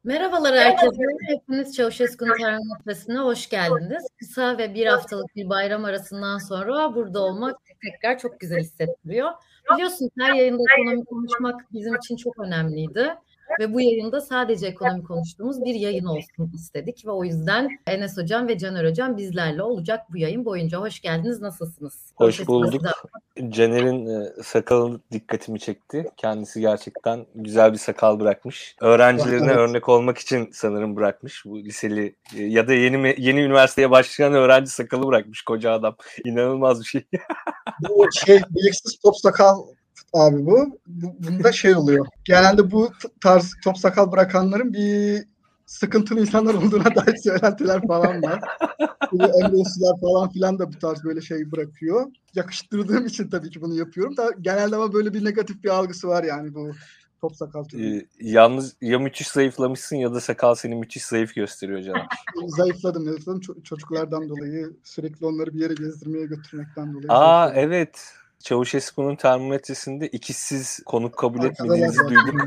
Merhabalar herkese. Hepiniz Ceauşescu'nun termosesine hoş geldiniz. Kısa ve bir haftalık bir bayram arasından sonra burada olmak tekrar çok güzel hissettiriyor. Biliyorsunuz her yayında ekonomi konuşmak bizim için çok önemliydi. Ve bu yayında sadece ekonomi konuştuğumuz bir yayın olsun istedik. Ve o yüzden Enes Hocam ve Caner Hocam bizlerle olacak bu yayın boyunca. Hoş geldiniz, nasılsınız? Hoş bulduk. Caner'in sakalı dikkatimi çekti. Kendisi gerçekten güzel bir sakal bırakmış. Öğrencilerine örnek olmak için sanırım bırakmış. Bu liseli ya da yeni üniversiteye başlayan öğrenci sakalı bırakmış koca adam. İnanılmaz bir şey. Bu biliksiz top sakal abi bu. Bunda oluyor. Genelde bu tarz top sakal bırakanların bir sıkıntılı insanlar olduğuna dair söylentiler falan var. Emresular falan filan da bu tarz böyle şey bırakıyor. Yakıştırdığım için tabii ki bunu yapıyorum da genelde ama böyle bir negatif bir algısı var yani bu top sakal türü. Yalnız ya müthiş zayıflamışsın ya da sakal seni müthiş zayıf gösteriyor canım. Zayıfladım. Çocuklardan dolayı sürekli onları bir yere gezdirmeye götürmekten dolayı. Evet. Ceauşescu'nun termometresinde ikizsiz konuk kabul etmediğinizi duydum.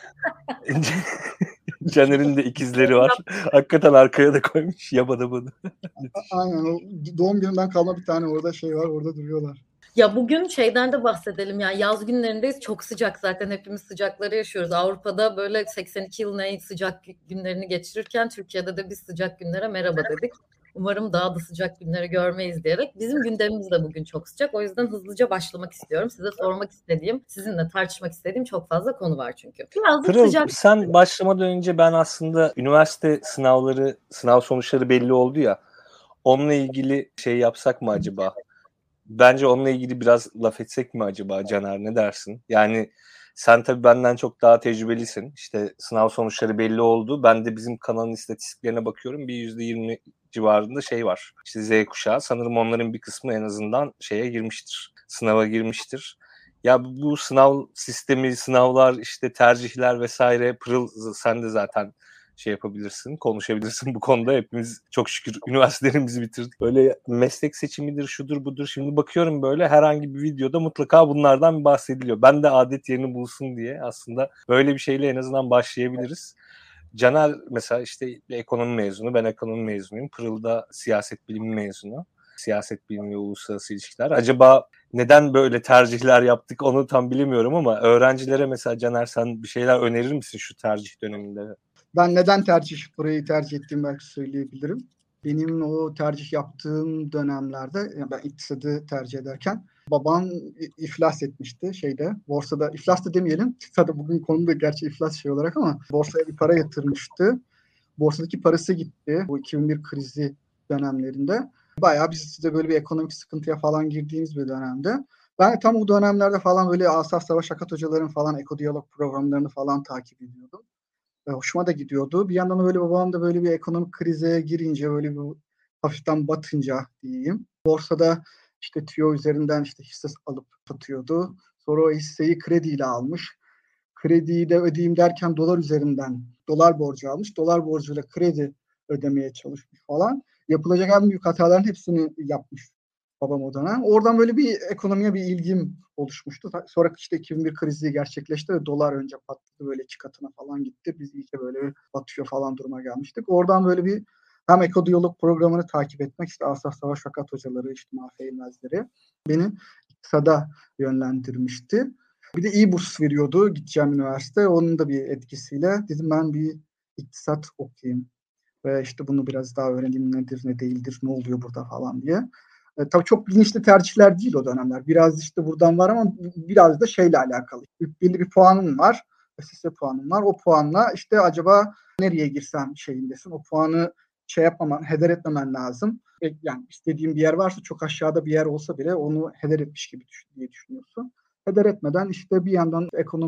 Caner'in de ikizleri var. Hakikaten arkaya da koymuş yabada bunu. Aynen, o doğum gününden kalma bir tane orada var, orada duruyorlar. Ya bugün şeyden de bahsedelim, yani yaz günlerindeyiz, çok sıcak, zaten hepimiz sıcakları yaşıyoruz. Avrupa'da böyle 82 yılın en sıcak günlerini geçirirken Türkiye'de de biz sıcak günlere merhaba dedik. Umarım daha da sıcak günleri görmeyiz diyerek. Bizim gündemimiz de bugün çok sıcak. O yüzden hızlıca başlamak istiyorum. Size sormak istediğim, sizinle tartışmak istediğim çok fazla konu var çünkü. Biraz Pırıl, sıcak. sen başlamadan önce ben aslında üniversite sınav sonuçları belli oldu ya. Onunla ilgili şey yapsak mı acaba? Bence onunla ilgili biraz laf etsek mi acaba Caner, ne dersin? Yani sen tabii benden çok daha tecrübelisin. İşte sınav sonuçları belli oldu. Ben de bizim kanalın istatistiklerine bakıyorum. Bir %20 civarında şey var. İşte Z kuşağı. Sanırım onların bir kısmı en azından şeye girmiştir. Sınava girmiştir. Ya bu sınav sistemi, sınavlar, işte tercihler vesaire, Pırıl sen de zaten şey yapabilirsin, konuşabilirsin bu konuda. Hepimiz çok şükür üniversitelerimizi bitirdik. Böyle meslek seçimidir, şudur budur. Şimdi bakıyorum böyle herhangi bir videoda mutlaka bunlardan bahsediliyor. Ben de adet yerini bulsun diye aslında böyle bir şeyle en azından başlayabiliriz. Caner mesela işte ekonomi mezunu, ben ekonomi mezunuyum. Pırıl da siyaset bilimi mezunu. Siyaset bilimi ve uluslararası ilişkiler. Acaba neden böyle tercihler yaptık onu tam bilemiyorum ama öğrencilere mesela Caner sen bir şeyler önerir misin şu tercih döneminde? Ben neden burayı tercih ettiğimi belki söyleyebilirim. Benim o tercih yaptığım dönemlerde, yani ben iktisadı tercih ederken babam iflas etmişti borsada, iflas da demeyelim. Tabii bugün konu da gerçi iflas olarak ama borsaya bir para yatırmıştı. Borsadaki parası gitti bu 2001 krizi dönemlerinde. Bayağı biz de böyle bir ekonomik sıkıntıya falan girdiğimiz bir dönemde. Ben tam o dönemlerde falan böyle Asaf Savaş Akat hocaların falan ekodiyalog programlarını falan takip ediyordum. Hoşuma da gidiyordu. Bir yandan da böyle babam da böyle bir ekonomik krize girince, böyle bir hafiften batınca diyeyim. Borsada işte TÜYO üzerinden işte hisse alıp satıyordu. Sonra o hisseyi krediyle almış. Krediyi de ödeyeyim derken dolar üzerinden dolar borcu almış. Dolar borcuyla kredi ödemeye çalışmış falan. Yapılacak en büyük hataların hepsini yapmış babam o dönem. Oradan böyle bir ekonomiye bir ilgim oluşmuştu. Sonra işte 2001 krizi gerçekleşti ve dolar önce patladı, böyle 2 katına falan gitti. Biz iyice böyle batıyor falan duruma gelmiştik. Oradan böyle bir hem ekodiyalog programını takip etmek, işte Asaf Savaş Fakat hocaları, işte Mahfi Eymezleri beni iktisada yönlendirmişti. Bir de iyi burs veriyordu gideceğim üniversite. Onun da bir etkisiyle dedim ben bir iktisat okuyayım. Ve işte bunu biraz daha öğreneyim, nedir ne değildir, ne oluyor burada falan diye. Tabii çok bilinçli tercihler değil o dönemler. Biraz işte buradan var ama biraz da şeyle alakalı. Belli bir puanın var. SSS puanın var. O puanla işte acaba nereye girsem şeyindesin. O puanı yapmaman, heder etmemen lazım. Yani istediğin bir yer varsa, çok aşağıda bir yer olsa bile onu heder etmiş gibi diye düşünüyorsun. Heder etmeden işte bir yandan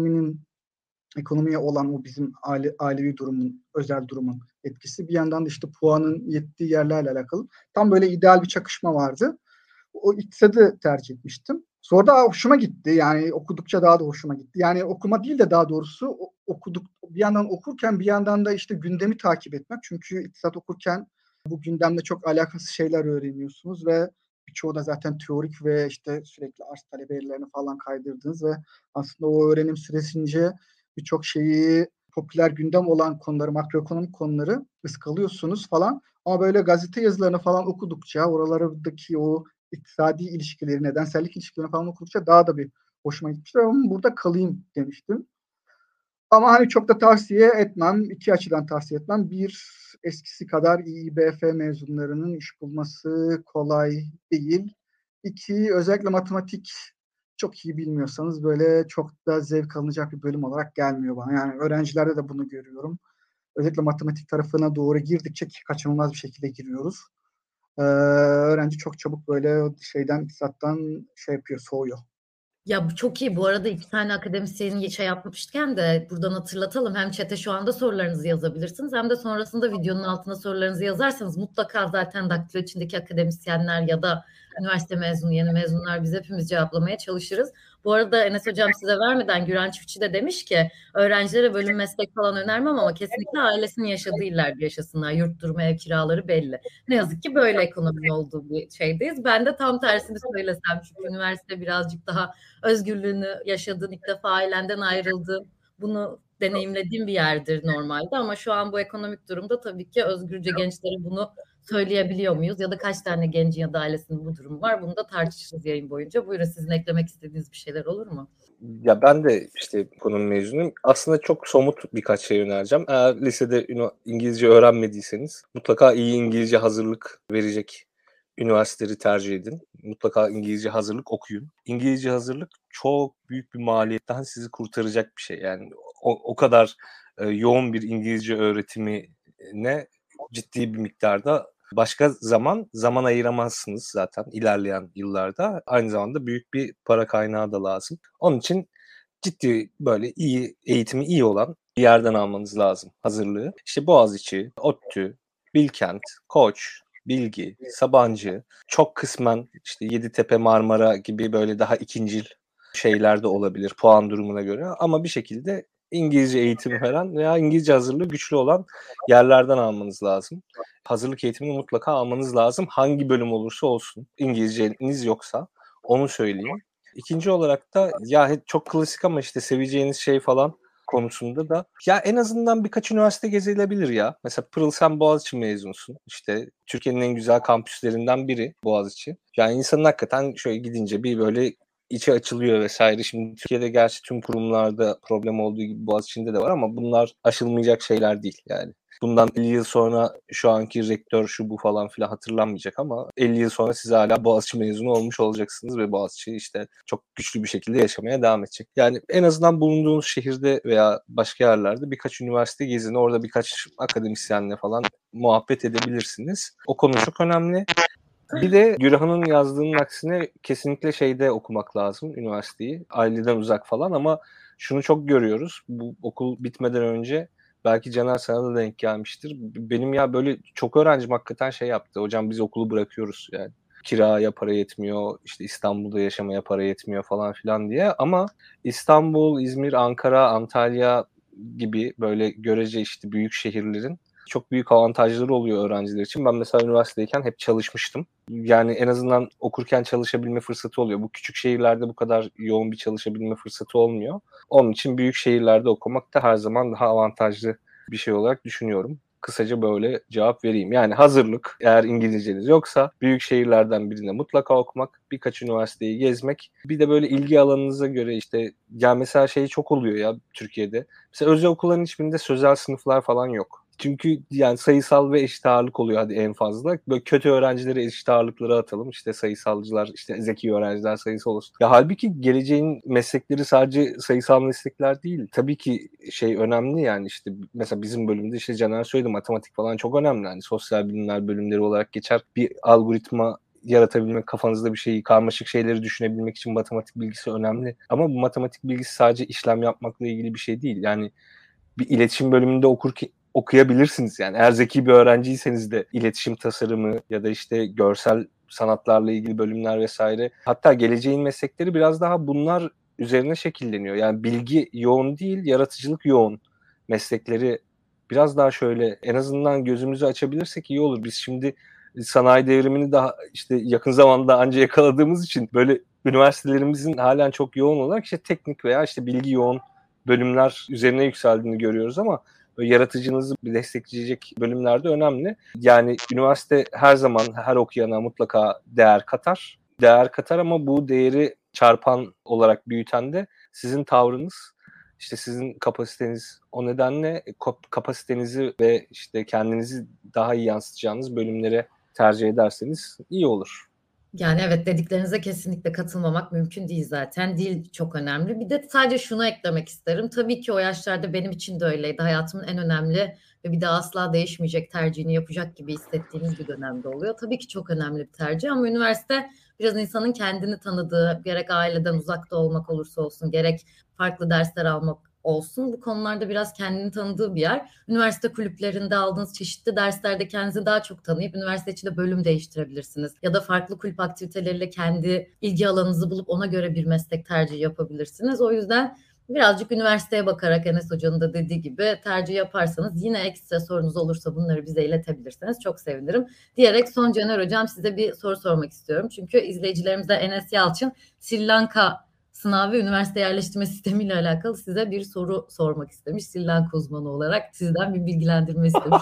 ekonomiye olan o bizim ailevi durumun, özel durumun etkisi, bir yandan da işte puanın yettiği yerlerle alakalı tam böyle ideal bir çakışma vardı. O iktisadı tercih etmiştim. Sonra da hoşuma gitti. Yani okudukça daha da hoşuma gitti. Yani okuma değil de daha doğrusu bir yandan okurken bir yandan da işte gündemi takip etmek. Çünkü iktisat okurken bu gündemle çok alakasız şeyler öğreniyorsunuz ve birçoğu da zaten teorik ve işte sürekli arz talep verilerini falan kaydırdınız ve aslında o öğrenim süresince birçok şeyi popüler gündem olan konuları, makroekonomik konuları ıskalıyorsunuz falan. Ama böyle gazete yazılarını falan okudukça, oralardaki o iktisadi ilişkileri, nedensellik ilişkilerini falan okudukça daha da bir hoşuma gitmişti. Ama burada kalayım demiştim. Ama hani çok da tavsiye etmem. İki açıdan tavsiye etmem. Bir, eskisi kadar İİBF mezunlarının iş bulması kolay değil. İki, özellikle matematik çok iyi bilmiyorsanız böyle çok da zevk alınacak bir bölüm olarak gelmiyor bana. Yani öğrencilerde de bunu görüyorum. Özellikle matematik tarafına doğru girdikçe ki kaçınılmaz bir şekilde giriyoruz. Öğrenci çok çabuk böyle şeyden, iktisattan şey yapıyor, soğuyor. Ya bu çok iyi. Bu arada 2 tane akademisyenin şey yapmışken de buradan hatırlatalım. Hem chat'e şu anda sorularınızı yazabilirsiniz hem de sonrasında videonun altına sorularınızı yazarsanız mutlaka zaten Daktilo içindeki akademisyenler ya da üniversite mezunu, yeni mezunlar biz hepimiz cevaplamaya çalışırız. Bu arada Enes Hocam size vermeden Güran Çiftçi de demiş ki öğrencilere bölüm meslek falan önermem ama kesinlikle ailesinin yaşadığı illerde yaşasınlar. Yurt durumu, ev kiraları belli. Ne yazık ki böyle ekonominin olduğu bir şeydeyiz. Ben de tam tersini söylesem çünkü üniversite birazcık daha özgürlüğünü yaşadığın, ilk defa ailenden ayrıldığın, bunu deneyimlediğin bir yerdir normalde ama şu an bu ekonomik durumda tabii ki özgürce gençlere bunu söyleyebiliyor muyuz? Ya da kaç tane gencin ya da ailesinin bu durumu var? Bunu da tartışırız yayın boyunca. Buyurun sizin eklemek istediğiniz bir şeyler olur mu? Ya ben de işte ekonomi mezunuyum. Aslında çok somut birkaç şey önereceğim. Eğer lisede İngilizce öğrenmediyseniz mutlaka iyi İngilizce hazırlık verecek üniversiteleri tercih edin. Mutlaka İngilizce hazırlık okuyun. İngilizce hazırlık çok büyük bir maliyetten sizi kurtaracak bir şey. Yani o kadar yoğun bir İngilizce öğretimine ciddi bir miktarda başka zaman ayıramazsınız zaten ilerleyen yıllarda. Aynı zamanda büyük bir para kaynağı da lazım. Onun için ciddi böyle iyi eğitimi iyi olan bir yerden almanız lazım hazırlığı. İşte Boğaziçi, ODTÜ, Bilkent, Koç, Bilgi, Sabancı, çok kısmen işte Yeditepe, Marmara gibi böyle daha ikincil şeyler de olabilir puan durumuna göre ama bir şekilde İngilizce eğitimi veren veya İngilizce hazırlığı güçlü olan yerlerden almanız lazım. Hazırlık eğitimini mutlaka almanız lazım. Hangi bölüm olursa olsun. İngilizceniz yoksa onu söyleyeyim. İkinci olarak da ya çok klasik ama işte seveceğiniz şey falan konusunda da ya en azından birkaç üniversite gezilebilir ya. Mesela Pırıl sen Boğaziçi mezunusun. İşte Türkiye'nin en güzel kampüslerinden biri Boğaziçi. Yani insanın hakikaten şöyle gidince bir böyle içi açılıyor vesaire. Şimdi Türkiye'de gerçi tüm kurumlarda problem olduğu gibi Boğaziçi'nde de var ama bunlar aşılmayacak şeyler değil yani. Bundan 50 yıl sonra şu anki rektör şu bu falan filan hatırlanmayacak ama 50 yıl sonra siz hala Boğaziçi mezunu olmuş olacaksınız ve Boğaziçi işte çok güçlü bir şekilde yaşamaya devam edecek. Yani en azından bulunduğunuz şehirde veya başka yerlerde birkaç üniversite gezin. Orada birkaç akademisyenle falan muhabbet edebilirsiniz. O konu çok önemli. Bir de Gürhan'ın yazdığının aksine kesinlikle şeyde okumak lazım üniversiteyi. Aileden uzak falan ama şunu çok görüyoruz. Bu okul bitmeden önce belki Caner sana da denk gelmiştir. Benim ya böyle çok öğrencim hakikaten şey yaptı. Hocam biz okulu bırakıyoruz yani. Kiraya para yetmiyor, işte İstanbul'da yaşamaya para yetmiyor falan filan diye. Ama İstanbul, İzmir, Ankara, Antalya gibi böyle görece işte büyük şehirlerin çok büyük avantajları oluyor öğrenciler için. Ben mesela üniversitedeyken hep çalışmıştım. Yani en azından okurken çalışabilme fırsatı oluyor. Bu küçük şehirlerde bu kadar yoğun bir çalışabilme fırsatı olmuyor. Onun için büyük şehirlerde okumak da her zaman daha avantajlı bir şey olarak düşünüyorum. Kısaca böyle cevap vereyim. Yani hazırlık eğer İngilizceniz yoksa büyük şehirlerden birine mutlaka okumak, birkaç üniversiteyi gezmek. Bir de böyle ilgi alanınıza göre işte ya mesela şey çok oluyor ya Türkiye'de. Mesela özel okulların hiçbirinde sözel sınıflar falan yok. Çünkü yani sayısal ve eşit ağırlık oluyor hadi en fazla. Böyle kötü öğrencileri eşit ağırlıklara atalım. İşte sayısalcılar, işte zeki öğrenciler sayısal olsun. Ya halbuki geleceğin meslekleri sadece sayısal meslekler değil. Tabii ki şey önemli yani işte mesela bizim bölümde işte Caner söyledi matematik falan çok önemli. Yani sosyal bilimler bölümleri olarak geçer. Bir algoritma yaratabilmek, kafanızda bir şeyi, karmaşık şeyleri düşünebilmek için matematik bilgisi önemli. Ama bu matematik bilgisi sadece işlem yapmakla ilgili bir şey değil. Yani bir iletişim bölümünde okuyabilirsiniz yani. Eğer zeki bir öğrenciyseniz de iletişim tasarımı ya da işte görsel sanatlarla ilgili bölümler vesaire. Hatta geleceğin meslekleri biraz daha bunlar üzerine şekilleniyor. Yani bilgi yoğun değil, yaratıcılık yoğun meslekleri biraz daha şöyle en azından gözümüzü açabilirsek iyi olur. Biz şimdi sanayi devrimini daha işte yakın zamanda anca yakaladığımız için böyle üniversitelerimizin halen çok yoğun olarak işte teknik veya işte bilgi yoğun bölümler üzerine yükseldiğini görüyoruz ama böyle yaratıcınızı destekleyecek bölümler de önemli. Yani üniversite her zaman her okuyana mutlaka değer katar. Değer katar ama bu değeri çarpan olarak büyüten de sizin tavrınız, işte sizin kapasiteniz. O nedenle kapasitenizi ve işte kendinizi daha iyi yansıtacağınız bölümlere tercih ederseniz iyi olur. Yani evet, dediklerinize kesinlikle katılmamak mümkün değil zaten. Dil çok önemli. Bir de sadece şunu eklemek isterim. Tabii ki o yaşlarda benim için de öyleydi. Hayatımın en önemli ve bir daha asla değişmeyecek tercihini yapacak gibi hissettiğiniz bir dönemde oluyor. Tabii ki çok önemli bir tercih ama üniversite biraz insanın kendini tanıdığı, gerek aileden uzakta olmak olursa olsun, gerek farklı dersler almak olsun. Bu konularda biraz kendini tanıdığı bir yer. Üniversite kulüplerinde aldığınız çeşitli derslerde kendinizi daha çok tanıyıp üniversite içinde bölüm değiştirebilirsiniz. Ya da farklı kulüp aktiviteleriyle kendi ilgi alanınızı bulup ona göre bir meslek tercihi yapabilirsiniz. O yüzden birazcık üniversiteye bakarak Enes Hoca'nın da dediği gibi tercih yaparsanız, yine ekstra sorunuz olursa bunları bize iletebilirseniz çok sevinirim. Diyerek son Caner Hocam, size bir soru sormak istiyorum. Çünkü izleyicilerimize Enes Yalçın Sri Lanka sınav ve üniversite yerleştirme sistemiyle alakalı size bir soru sormak istemiş. Sri Lanka uzmanı olarak sizden bir bilgilendirme istemiş.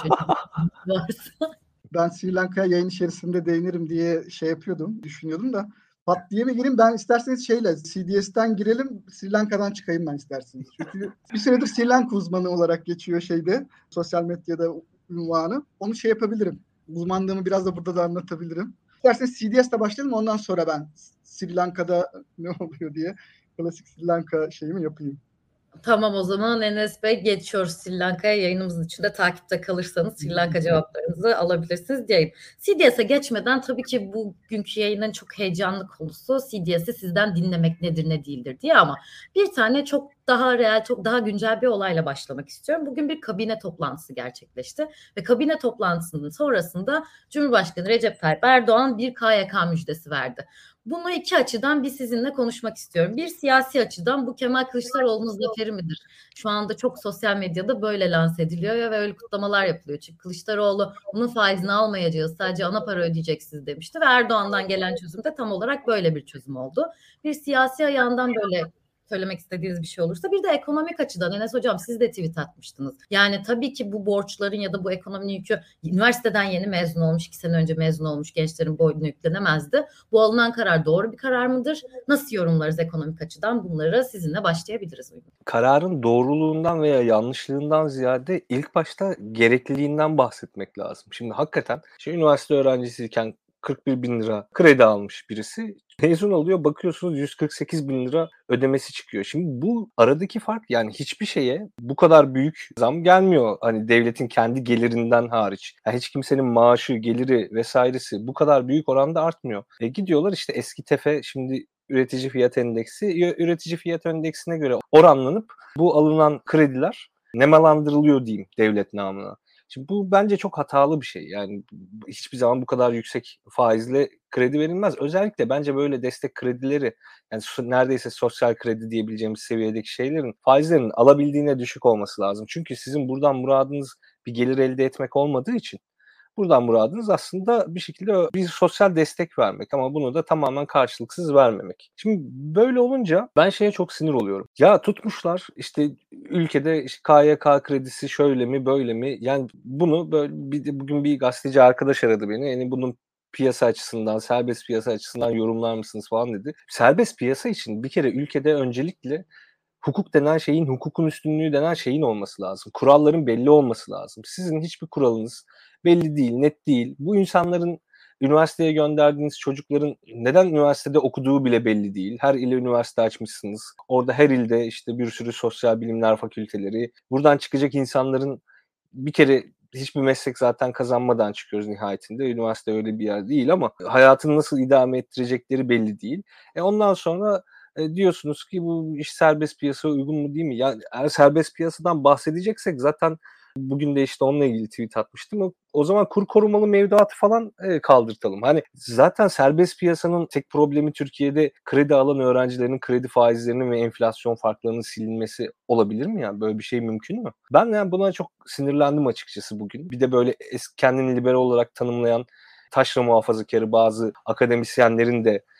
Varsa. Ben Sri Lanka'ya yayın içerisinde değinirim diye düşünüyordum da pat diye mi gireyim? Ben isterseniz CDS'ten girelim, Sri Lanka'dan çıkayım ben isterseniz. Çünkü bir süredir Sri Lanka uzmanı olarak geçiyor sosyal medyada unvanı. Onu yapabilirim. Uzmanlığımı biraz da burada da anlatabilirim. İsterseniz CDS'le başlayalım, ondan sonra ben Sri Lanka'da ne oluyor diye klasik Sri Lanka şeyimi yapayım. Tamam, o zaman Enes Bey, geçiyoruz Sri Lanka'ya. Yayınımızın içinde takipte kalırsanız Sri Lanka cevaplarınızı alabilirsiniz diyeyim. CDS'e geçmeden tabii ki bugünkü yayının çok heyecanlı konusu CDS'i sizden dinlemek nedir ne değildir diye, ama bir tane çok daha real, çok daha güncel bir olayla başlamak istiyorum. Bugün bir kabine toplantısı gerçekleşti ve kabine toplantısının sonrasında Cumhurbaşkanı Recep Tayyip Erdoğan bir KYK müjdesi verdi. Bunu iki açıdan sizinle konuşmak istiyorum. Bir, siyasi açıdan bu Kemal Kılıçdaroğlu'nun zaferi midir? Şu anda çok sosyal medyada böyle lanse ediliyor ve öyle kutlamalar yapılıyor. Çünkü Kılıçdaroğlu bunun faizini almayacağız, sadece ana para ödeyeceksiniz demişti ve Erdoğan'dan gelen çözüm de tam olarak böyle bir çözüm oldu. Bir siyasi ayağından böyle söylemek istediğiniz bir şey olursa, bir de ekonomik açıdan Enes Hocam, siz de tweet atmıştınız. Yani tabii ki bu borçların ya da bu ekonominin yükü üniversiteden yeni mezun olmuş, 2 sene önce mezun olmuş gençlerin boynuna yüklenemezdi. Bu alınan karar doğru bir karar mıdır? Nasıl yorumlarız ekonomik açıdan? Bunları sizinle başlayabiliriz. Kararın doğruluğundan veya yanlışlığından ziyade ilk başta gerekliliğinden bahsetmek lazım. Şimdi hakikaten üniversite öğrencisiyken 41 bin lira kredi almış birisi mezun oluyor, bakıyorsunuz 148 bin lira ödemesi çıkıyor. Şimdi bu aradaki fark, yani hiçbir şeye bu kadar büyük zam gelmiyor. Hani devletin kendi gelirinden hariç. Yani hiç kimsenin maaşı, geliri vesairesi bu kadar büyük oranda artmıyor. Gidiyorlar işte eski tefe, şimdi üretici fiyat endeksi, üretici fiyat endeksine göre oranlanıp bu alınan krediler nemalandırılıyor diyeyim devlet namına. Şimdi bu bence çok hatalı bir şey. Yani hiçbir zaman bu kadar yüksek faizle kredi verilmez. Özellikle bence böyle destek kredileri, yani neredeyse sosyal kredi diyebileceğimiz seviyedeki şeylerin faizlerinin alabildiğine düşük olması lazım. Çünkü sizin buradan muradınız bir gelir elde etmek olmadığı için buradan muradınız aslında bir şekilde bir sosyal destek vermek, ama bunu da tamamen karşılıksız vermemek. Şimdi böyle olunca ben çok sinir oluyorum. Ya tutmuşlar işte ülkede KYK kredisi şöyle mi böyle mi? Yani bunu böyle bugün bir gazeteci arkadaş aradı beni. Yani bunun piyasa açısından, serbest piyasa açısından yorumlar mısınız falan dedi. Serbest piyasa için bir kere ülkede öncelikle hukuk denen şeyin, hukukun üstünlüğü denen şeyin olması lazım. Kuralların belli olması lazım. Sizin hiçbir kuralınız belli değil, net değil. Bu insanların, üniversiteye gönderdiğiniz çocukların neden üniversitede okuduğu bile belli değil. Her ile üniversite açmışsınız. Orada her ilde işte bir sürü sosyal bilimler fakülteleri. Buradan çıkacak insanların bir kere hiçbir meslek zaten kazanmadan çıkıyoruz nihayetinde. Üniversite öyle bir yer değil ama hayatını nasıl idame ettirecekleri belli değil. Ondan sonra diyorsunuz ki bu iş serbest piyasaya uygun mu değil mi? Yani eğer serbest piyasadan bahsedeceksek zaten bugün de işte onunla ilgili tweet atmıştım. O zaman kur korumalı mevduatı falan kaldırtalım. Hani zaten serbest piyasanın tek problemi Türkiye'de kredi alan öğrencilerin kredi faizlerinin ve enflasyon farklarının silinmesi olabilir mi yani? Böyle bir şey mümkün mü? Ben yani buna çok sinirlendim açıkçası bugün. Bir de böyle kendini liberal olarak tanımlayan taşra muhafazakarı bazı akademisyenlerin de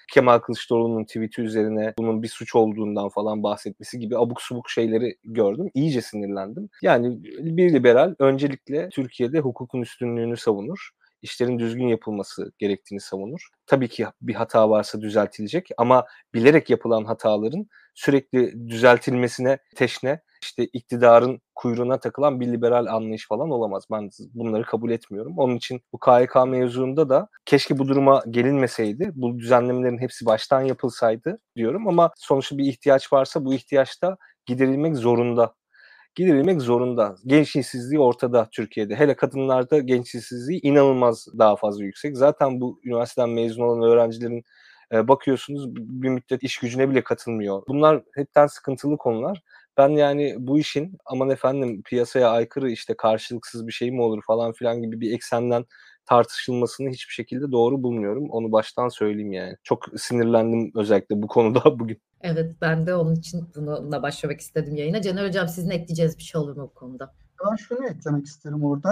Kemal Kılıçdaroğlu'nun tweet'i üzerine bunun bir suç olduğundan falan bahsetmesi gibi abuk subuk şeyleri gördüm. İyice sinirlendim. Yani bir liberal öncelikle Türkiye'de hukukun üstünlüğünü savunur. İşlerin düzgün yapılması gerektiğini savunur. Tabii ki bir hata varsa düzeltilecek ama bilerek yapılan hataların sürekli düzeltilmesine teşne, işte iktidarın kuyruğuna takılan bir liberal anlayış falan olamaz. Ben bunları kabul etmiyorum. Onun için bu KHK mevzuunda da keşke bu duruma gelinmeseydi, bu düzenlemelerin hepsi baştan yapılsaydı diyorum ama sonuçta bir ihtiyaç varsa bu ihtiyaç da giderilmek zorunda. Giderilmek zorunda. Genç işsizliği ortada Türkiye'de. Hele kadınlarda genç işsizliği inanılmaz daha fazla yüksek. Zaten bu üniversiteden mezun olan öğrencilerin bakıyorsunuz bir müddet iş gücüne bile katılmıyor. Bunlar hepten sıkıntılı konular. Ben yani bu işin aman efendim piyasaya aykırı işte karşılıksız bir şey mi olur falan filan gibi bir eksenden tartışılmasını hiçbir şekilde doğru bulmuyorum. Onu baştan söyleyeyim yani. Çok sinirlendim özellikle bu konuda bugün. Evet, ben de onun için bununla başlamak istedim yayına. Caner Hocam, sizin ekleyeceğiniz bir şey olur mu bu konuda? Ben şunu eklemek isterim orada.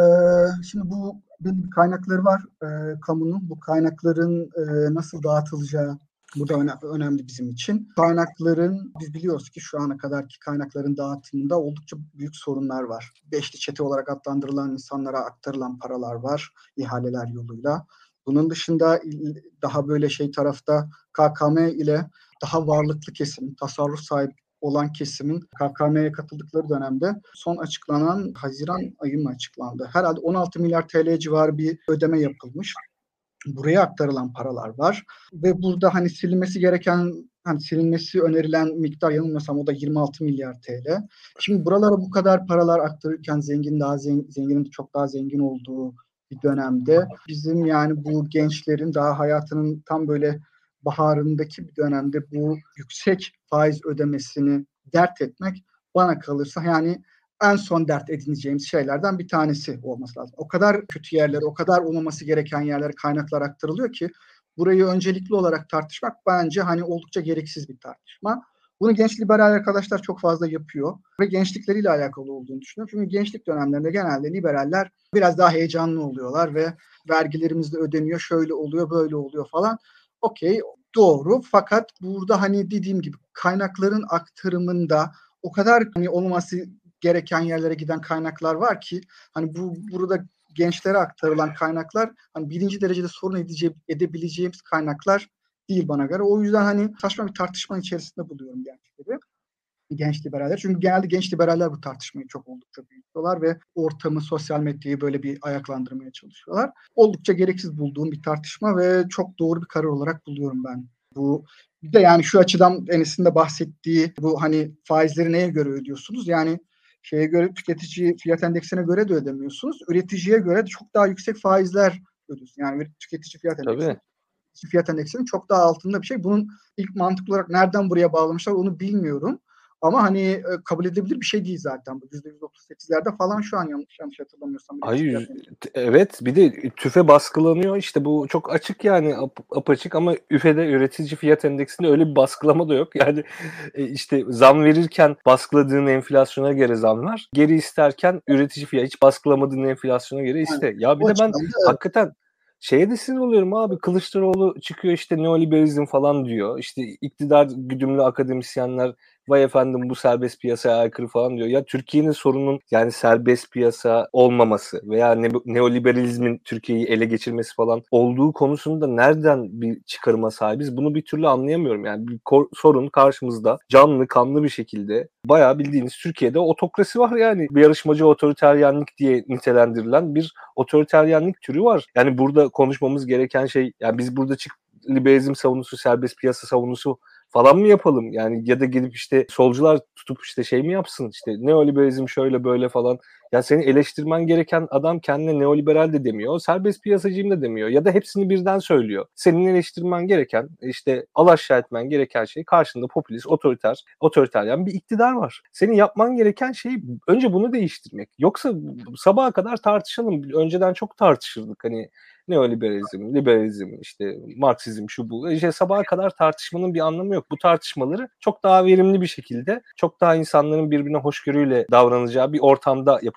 Şimdi bu belli bir kaynakları var kamunun. Bu kaynakların nasıl dağıtılacağı burada önemli bizim için. Kaynakların, biz biliyoruz ki şu ana kadarki kaynakların dağıtımında oldukça büyük sorunlar var. Beşli çete olarak adlandırılan insanlara aktarılan paralar var ihaleler yoluyla. Bunun dışında daha böyle tarafta KKM ile daha varlıklı kesim, tasarruf sahibi olan kesimin KKM'ye katıldıkları dönemde son açıklanan Haziran ayı mı açıklandı? Herhalde 16 milyar TL civarı bir ödeme yapılmış. Buraya aktarılan paralar var ve burada hani silinmesi gereken, hani silinmesi önerilen miktar yanılmıyorsam o da 26 milyar TL. Şimdi buralara bu kadar paralar aktarırken zenginin de çok daha zengin olduğu bir dönemde bizim yani bu gençlerin daha hayatının tam böyle baharındaki bir dönemde bu yüksek faiz ödemesini dert etmek bana kalırsa yani en son dert edineceğimiz şeylerden bir tanesi olması lazım. O kadar kötü yerlere, o kadar olmaması gereken yerlere kaynaklar aktarılıyor ki burayı öncelikli olarak tartışmak bence hani oldukça gereksiz bir tartışma. Bunu genç liberal arkadaşlar çok fazla yapıyor ve gençlikleriyle alakalı olduğunu düşünüyorum. Çünkü gençlik dönemlerinde genelde liberaller biraz daha heyecanlı oluyorlar ve vergilerimiz de ödeniyor, şöyle oluyor, böyle oluyor falan. Okey, doğru. Fakat burada hani dediğim gibi kaynakların aktarımında o kadar hani olması gereken yerlere giden kaynaklar var ki hani burada gençlere aktarılan kaynaklar hani birinci derecede sorun edebileceğimiz kaynaklar değil bana göre. O yüzden hani saçma bir tartışmanın içerisinde buluyorum gençleri. Genç liberaller. Çünkü genelde genç liberaller bu tartışmayı çok oldukça büyütüyorlar ve ortamı, sosyal medyayı böyle bir ayaklandırmaya çalışıyorlar. Oldukça gereksiz bulduğum bir tartışma ve çok doğru bir karar olarak buluyorum ben. Bu bir de yani şu açıdan Enes'in de bahsettiği bu hani faizleri neye göre ödüyorsunuz? Yani şeye göre tüketici fiyat endeksine göre de ödemiyorsunuz. Üreticiye göre de çok daha yüksek faizler ödüyorsunuz. Yani tüketici Tabii. fiyat endeksinin çok daha altında bir şey. Bunun ilk mantıklı olarak nereden buraya bağlamışlar onu bilmiyorum. Ama hani kabul edilebilir bir şey değil zaten. Bu %138'lerde falan şu an yanlış hatırlamıyorsam. Ay, evet, bir de tüfe baskılanıyor işte bu çok açık yani apaçık ama üfede üretici fiyat endeksinde öyle bir baskılama da yok. Yani işte zam verirken baskıladığın enflasyona göre zam ver. Geri isterken üretici fiyat hiç baskılamadığın enflasyona göre iste. Yani, Ya bir de ben hakikaten şeye de sinir oluyorum abi. Kılıçdaroğlu çıkıyor işte neoliberalizm falan diyor. İşte iktidar güdümlü akademisyenler vay efendim bu serbest piyasaya aykırı falan diyor. Ya Türkiye'nin sorunun yani serbest piyasa olmaması veya neoliberalizmin Türkiye'yi ele geçirmesi falan olduğu konusunda nereden bir çıkarıma sahibiz? Bunu bir türlü anlayamıyorum. Yani bir sorun karşımızda canlı kanlı bir şekilde bayağı bildiğiniz Türkiye'de otokrasi var yani. Bir yarışmacı otoriteryenlik diye nitelendirilen bir otoriteryenlik türü var. Yani burada konuşmamız gereken şey yani biz burada liberalizm savunusu, serbest piyasa savunusu falan mı yapalım? Yani ya da gidip işte solcular tutup işte şey mi yapsın? İşte neoliberalizm şöyle böyle falan. Ya seni eleştirmen gereken adam kendine neoliberal de demiyor. Serbest piyasacıyım da demiyor. Ya da hepsini birden söylüyor. Senin eleştirmen gereken işte alaşağı etmen gereken şey karşında popülist, otoriteryen bir iktidar var. Senin yapman gereken şey önce bunu değiştirmek. Yoksa sabaha kadar tartışalım. Önceden çok tartışırdık hani neoliberalizm, liberalizm, işte Marksizm şu bu. İşte sabaha kadar tartışmanın bir anlamı yok. Bu tartışmaları çok daha verimli bir şekilde, çok daha insanların birbirine hoşgörüyle davranacağı bir ortamda yapabiliriz.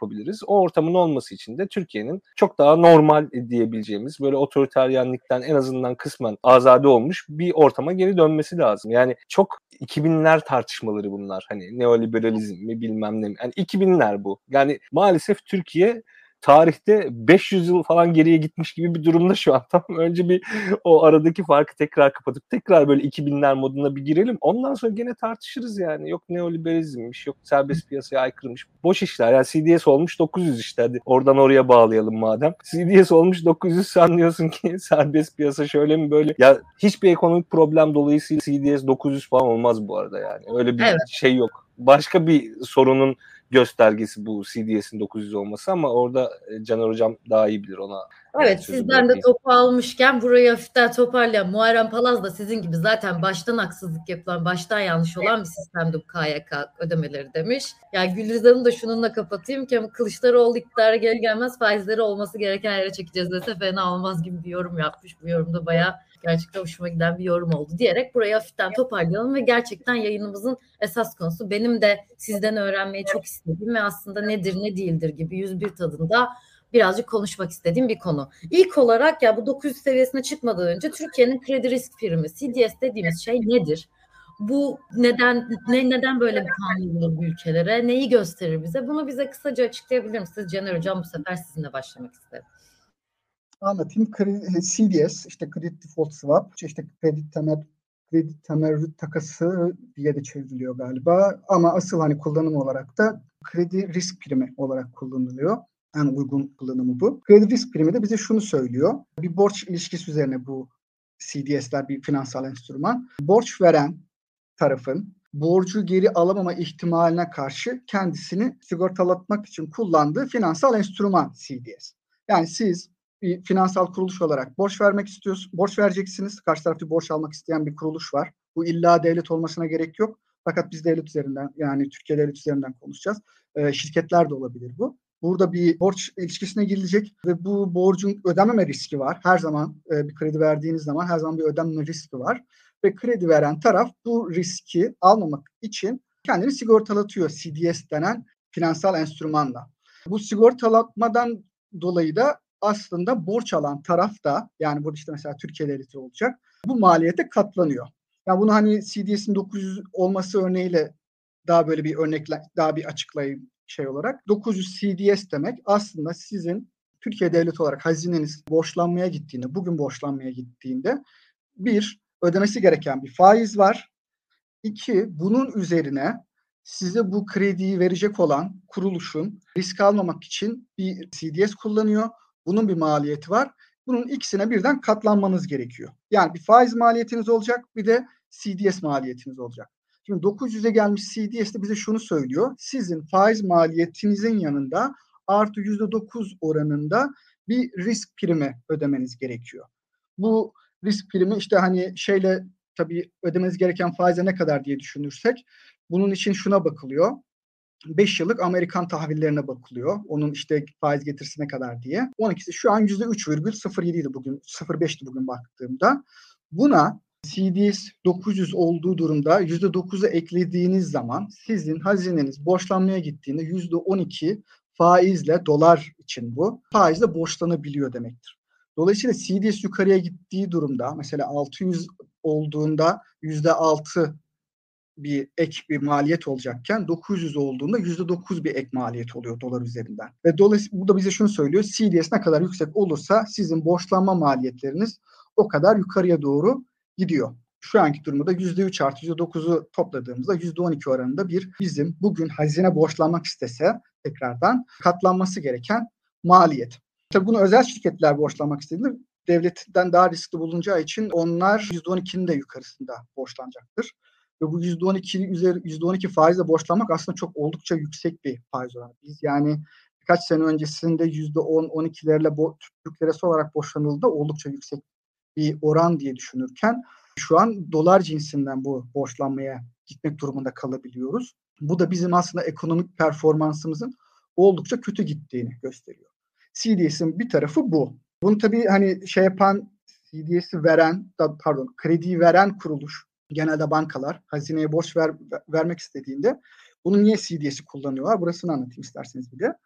yapabiliriz? O ortamın olması için de Türkiye'nin çok daha normal diyebileceğimiz böyle otoriteryenlikten en azından kısmen azade olmuş bir ortama geri dönmesi lazım. Yani çok 2000'ler tartışmaları bunlar. Hani neoliberalizm mi bilmem ne mi. Yani 2000'ler bu. Yani maalesef Türkiye tarihte 500 yıl falan geriye gitmiş gibi bir durumda şu an. Tamam, önce bir o aradaki farkı tekrar kapatıp tekrar böyle 2000'ler moduna bir girelim. Ondan sonra gene tartışırız yani. Yok neoliberalizmmiş, yok serbest piyasaya aykırımış. Boş işler. Yani CDS olmuş 900 işte. Hadi oradan oraya bağlayalım madem. CDS olmuş 900, sen diyorsun ki serbest piyasa şöyle mi böyle. Ya hiçbir ekonomik problem dolayısıyla CDS 900 falan olmaz bu arada yani. Öyle bir şey yok. Başka bir sorunun göstergesi bu CDS'in 900 olması ama orada Caner Hocam daha iyi bilir ona. Evet, sizden de topu almışken burayı hafiften toparlayan Muharrem Palaz da sizin gibi zaten baştan haksızlık yapılan, baştan yanlış olan bir sistemdi bu KYK ödemeleri demiş. Yani Gülrizar'ı da şununla kapatayım ki Kılıçdaroğlu iktidara gelir gelmez faizleri olması gereken yere çekeceğiz dese fena olmaz gibi bir yorum yapmış. Bu yorumda bayağı gerçekten hoşuma giden bir yorum oldu diyerek burayı hafiften toparlayalım ve gerçekten yayınımızın esas konusu benim de sizden öğrenmeyi çok istediğim ve aslında nedir ne değildir gibi 101 tadında birazcık konuşmak istediğim bir konu. İlk olarak ya bu 900 seviyesine çıkmadan önce Türkiye'nin kredi risk primi CDS dediğimiz şey nedir? Bu neden böyle bir kanun olur bu ülkelere? Neyi gösterir bize? Bunu bize kısaca açıklayabilir misiniz Caner Hocam? Bu sefer sizinle başlamak isterim. Anlatayım. CDS, işte Credit Default Swap, işte kredi temerrüt takası diye de çevriliyor galiba. Ama asıl hani kullanım olarak da kredi risk primi olarak kullanılıyor. En uygun kullanımı bu. Kredi risk primi de bize şunu söylüyor. Bir borç ilişkisi üzerine bu CDS'ler bir finansal enstrüman. Borç veren tarafın borcu geri alamama ihtimaline karşı kendisini sigortalatmak için kullandığı finansal enstrüman CDS. Yani siz bir finansal kuruluş olarak borç vermek istiyorsunuz, borç vereceksiniz. Karşı tarafta borç almak isteyen bir kuruluş var. Bu illa devlet olmasına gerek yok. Fakat biz devlet üzerinden, yani Türkiye devlet üzerinden konuşacağız. Şirketler de olabilir bu. Burada bir borç ilişkisine girilecek ve bu borcun ödememe riski var. Her zaman bir kredi verdiğiniz zaman her zaman bir ödememe riski var. Ve kredi veren taraf bu riski almamak için kendini sigortalatıyor CDS denen finansal enstrümanla. Bu sigortalatmadan dolayı da aslında borç alan taraf da, yani burada işte mesela Türkiye devleti olacak, bu maliyete katlanıyor. Yani bunu hani CDS'in 900 olması örneğiyle daha böyle bir örnekle daha bir açıklayayım şey olarak. 900 CDS demek aslında sizin Türkiye devleti olarak hazineniz borçlanmaya gittiğinde, bugün borçlanmaya gittiğinde bir, ödemesi gereken bir faiz var. İki, bunun üzerine size bu krediyi verecek olan kuruluşun risk almamak için bir CDS kullanıyor. Bunun bir maliyeti var. Bunun ikisine birden katlanmanız gerekiyor. Yani bir faiz maliyetiniz olacak, bir de CDS maliyetiniz olacak. Şimdi 900'e gelmiş CDS de bize şunu söylüyor. Sizin faiz maliyetinizin yanında artı %9 oranında bir risk primi ödemeniz gerekiyor. Bu risk primi işte hani şeyle tabii ödemeniz gereken faize ne kadar diye düşünürsek bunun için şuna bakılıyor. 5 yıllık Amerikan tahvillerine bakılıyor. Onun işte faiz getirisi ne kadar diye. 12'si şu an %3,07 idi bugün. 0,5'ti bugün baktığımda. Buna CDS 900 olduğu durumda %9'u eklediğiniz zaman sizin hazineniz borçlanmaya gittiğinde %12 faizle, dolar için bu, faizle borçlanabiliyor demektir. Dolayısıyla CDS yukarıya gittiği durumda mesela 600 olduğunda %6 bir ek bir maliyet olacakken 900 olduğunda %9 bir ek maliyet oluyor dolar üzerinden. Ve dolayısıyla bu da bize şunu söylüyor. CDS ne kadar yüksek olursa sizin borçlanma maliyetleriniz o kadar yukarıya doğru gidiyor. Şu anki durumda %3 artı %9'u topladığımızda %12 oranında bir bizim bugün hazine borçlanmak istese tekrardan katlanması gereken maliyet. Tabii bunu özel şirketler borçlanmak istediğinde devletten daha riskli bulunacağı için onlar %12'nin de yukarısında borçlanacaktır. Ve bu %12 faizle borçlanmak aslında çok oldukça yüksek bir faiz oranı. Biz yani birkaç sene öncesinde %10-12'lerle Türk lirası olarak borçlanıldı, oldukça yüksek bir oran diye düşünürken şu an dolar cinsinden bu borçlanmaya gitmek durumunda kalabiliyoruz. Bu da bizim aslında ekonomik performansımızın oldukça kötü gittiğini gösteriyor. CDS'in bir tarafı bu. Bunu tabii hani şey yapan CDS'i veren, krediyi veren kuruluş, genelde bankalar hazineye borç vermek istediğinde bunu niye CDS'i kullanıyorlar? Burasını anlatayım isterseniz bir de.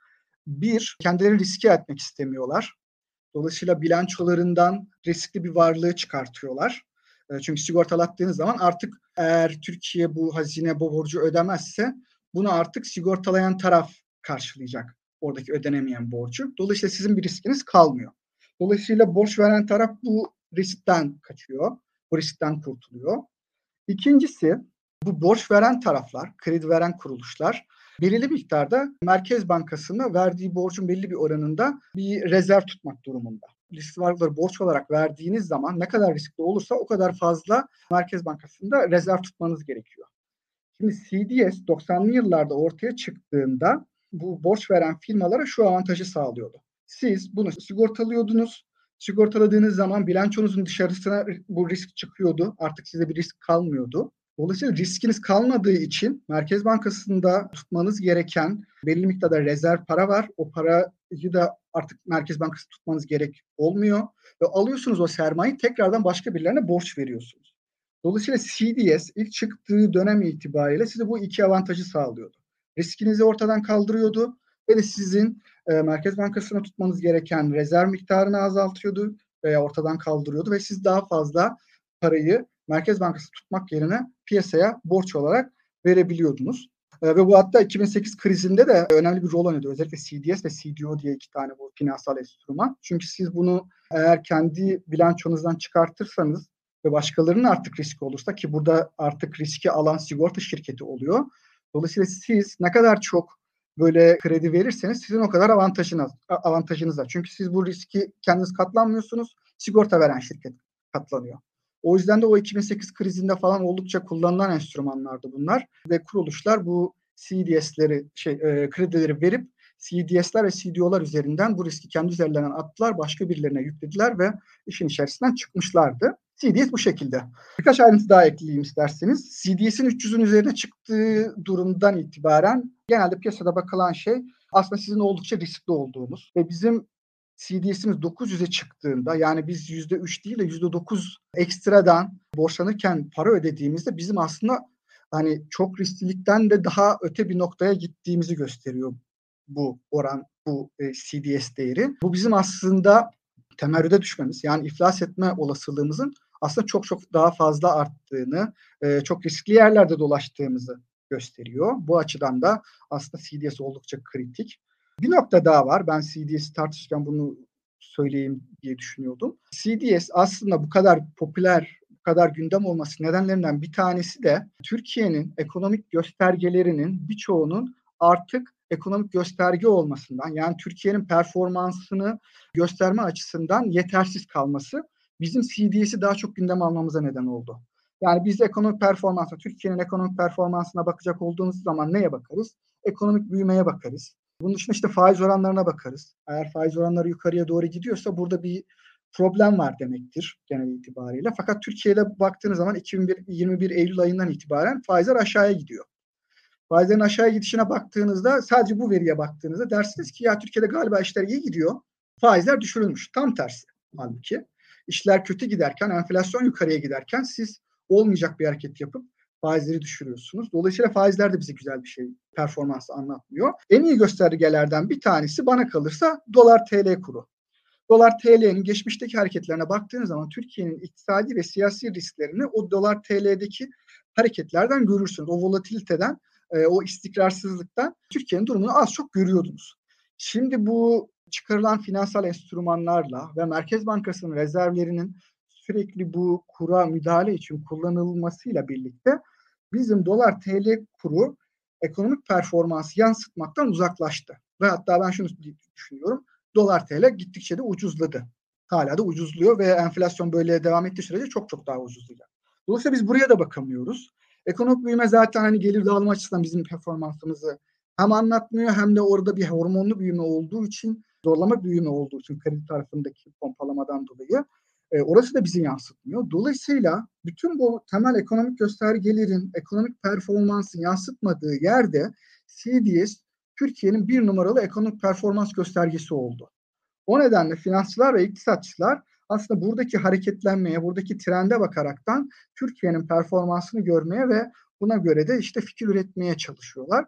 Bir, kendileri riske etmek istemiyorlar. Dolayısıyla bilançolarından riskli bir varlığı çıkartıyorlar. Çünkü sigortalattığınız zaman artık eğer Türkiye bu hazine bu borcu ödemezse bunu artık sigortalayan taraf karşılayacak. Oradaki ödenemeyen borcu. Dolayısıyla sizin bir riskiniz kalmıyor. Dolayısıyla borç veren taraf bu riskten kaçıyor. Bu riskten kurtuluyor. İkincisi, bu borç veren taraflar, kredi veren kuruluşlar belirli miktarda Merkez Bankası'na verdiği borcun belli bir oranında bir rezerv tutmak durumunda. Riskli varlıkları borç olarak verdiğiniz zaman ne kadar riskli olursa o kadar fazla Merkez Bankası'nda rezerv tutmanız gerekiyor. Şimdi CDS 90'lı yıllarda ortaya çıktığında bu borç veren firmalara şu avantajı sağlıyordu. Siz bunu sigortalıyordunuz. Sigortaladığınız zaman bilançonuzun dışarısına bu risk çıkıyordu. Artık size bir risk kalmıyordu. Dolayısıyla riskiniz kalmadığı için Merkez Bankası'nda tutmanız gereken belli miktarda rezerv para var. O parayı da artık Merkez Bankası tutmanız gerek olmuyor. Ve alıyorsunuz o sermayeyi tekrardan başka birilerine borç veriyorsunuz. Dolayısıyla CDS ilk çıktığı dönem itibariyle size bu iki avantajı sağlıyordu. Riskinizi ortadan kaldırıyordu ve de sizin Merkez Bankası'na tutmanız gereken rezerv miktarını azaltıyordu veya ortadan kaldırıyordu ve siz daha fazla parayı Merkez Bankası tutmak yerine piyasaya borç olarak verebiliyordunuz. Ve bu hatta 2008 krizinde de önemli bir rol oynadı. Özellikle CDS ve CDO diye iki tane bu finansal enstrüman. Çünkü siz bunu eğer kendi bilançonuzdan çıkartırsanız ve başkalarının artık riski olursa, ki burada artık riski alan sigorta şirketi oluyor. Dolayısıyla siz ne kadar çok böyle kredi verirseniz sizin o kadar avantajınız var. Çünkü siz bu riski kendiniz katlanmıyorsunuz, sigorta veren şirket katlanıyor. O yüzden de o 2008 krizinde falan oldukça kullanılan enstrümanlardı bunlar ve kuruluşlar bu CDS'leri kredileri verip CDS'ler ve CDO'lar üzerinden bu riski kendi üzerlerinden attılar, başka birilerine yüklediler ve işin içerisinden çıkmışlardı. CDS bu şekilde. Birkaç ayrıntı daha ekleyeyim isterseniz. CDS'in 300'ün üzerine çıktığı durumdan itibaren genelde piyasada bakılan şey aslında sizin oldukça riskli olduğunuz ve bizim CDS'imiz 900'e çıktığında, yani biz %3 değil de %9 ekstradan borçlanırken para ödediğimizde bizim aslında hani çok risklilikten de daha öte bir noktaya gittiğimizi gösteriyor bu oran, bu CDS değeri. Bu bizim aslında temerrüde düşmemiz, yani iflas etme olasılığımızın aslında çok çok daha fazla arttığını, çok riskli yerlerde dolaştığımızı gösteriyor. Bu açıdan da aslında CDS oldukça kritik. Bir nokta daha var. Ben CDS'i tartışırken bunu söyleyeyim diye düşünüyordum. CDS aslında bu kadar popüler, bu kadar gündem olması nedenlerinden bir tanesi de Türkiye'nin ekonomik göstergelerinin birçoğunun artık ekonomik gösterge olmasından, yani Türkiye'nin performansını gösterme açısından yetersiz kalması bizim CDS'i daha çok gündeme almamıza neden oldu. Yani biz ekonomik performansa, Türkiye'nin ekonomik performansına bakacak olduğumuz zaman neye bakarız? Ekonomik büyümeye bakarız. Bunun dışında işte faiz oranlarına bakarız. Eğer faiz oranları yukarıya doğru gidiyorsa burada bir problem var demektir genel itibariyle. Fakat Türkiye'de baktığınız zaman 2021 Eylül ayından itibaren faizler aşağıya gidiyor. Faizlerin aşağıya gidişine baktığınızda, sadece bu veriye baktığınızda dersiniz ki ya Türkiye'de galiba işler iyi gidiyor. Faizler düşürülmüş. Tam tersi. Halbuki işler kötü giderken, enflasyon yukarıya giderken siz olmayacak bir hareket yapıp faizleri düşürüyorsunuz. Dolayısıyla faizler de bize güzel bir şey, performansı anlatmıyor. En iyi göstergelerden bir tanesi bana kalırsa dolar TL kuru. Dolar TL'nin geçmişteki hareketlerine baktığınız zaman Türkiye'nin iktisadi ve siyasi risklerini o dolar TL'deki hareketlerden görürsünüz. O volatiliteden, o istikrarsızlıktan Türkiye'nin durumunu az çok görüyordunuz. Şimdi bu çıkarılan finansal enstrümanlarla ve Merkez Bankası'nın rezervlerinin sürekli bu kura müdahale için kullanılmasıyla birlikte bizim dolar TL kuru ekonomik performansı yansıtmaktan uzaklaştı. Ve hatta ben şunu düşünüyorum. Dolar TL gittikçe de ucuzladı. Hala da ucuzluyor ve enflasyon böyle devam ettiği sürece çok çok daha ucuzlayacak. Dolayısıyla biz buraya da bakamıyoruz. Ekonomik büyüme zaten hani gelir dağılımı açısından bizim performansımızı hem anlatmıyor hem de orada bir hormonlu büyüme olduğu için, zorlama büyüme olduğu için kredi tarafındaki pompalamadan dolayı orası da bizi yansıtmıyor. Dolayısıyla bütün bu temel ekonomik göstergelerin ekonomik performansı yansıtmadığı yerde CDS Türkiye'nin bir numaralı ekonomik performans göstergesi oldu. O nedenle finansçılar ve iktisatçılar aslında buradaki hareketlenmeye, buradaki trende bakaraktan Türkiye'nin performansını görmeye ve buna göre de işte fikir üretmeye çalışıyorlar.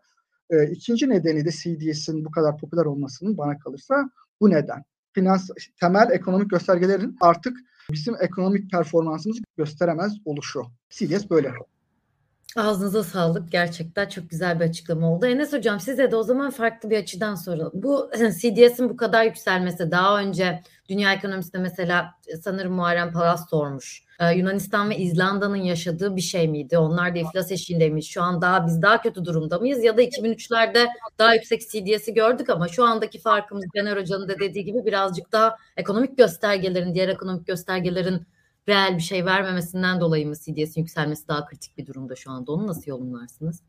İkinci nedeni de CDS'in bu kadar popüler olmasının bana kalırsa bu neden. Temel ekonomik göstergelerin artık bizim ekonomik performansımızı gösteremez oluşu. CDS böyle. Ağzınıza sağlık. Gerçekten çok güzel bir açıklama oldu. Enes Hocam, size de o zaman farklı bir açıdan soralım. Bu CDS'in bu kadar yükselmesi, daha önce dünya ekonomisinde mesela sanırım Muharrem Palas sormuş. Yunanistan ve İzlanda'nın yaşadığı bir şey miydi? Onlar da iflas eşiğindeymiş. Şu an biz daha kötü durumda mıyız? Ya da 2003'lerde daha yüksek CDS'i gördük ama şu andaki farkımız Caner Hoca'nın da dediği gibi birazcık daha ekonomik göstergelerin, diğer ekonomik göstergelerin reel bir şey vermemesinden dolayı mı CDS'in yükselmesi daha kritik bir durumda şu anda? Onu nasıl yorumlarsınız?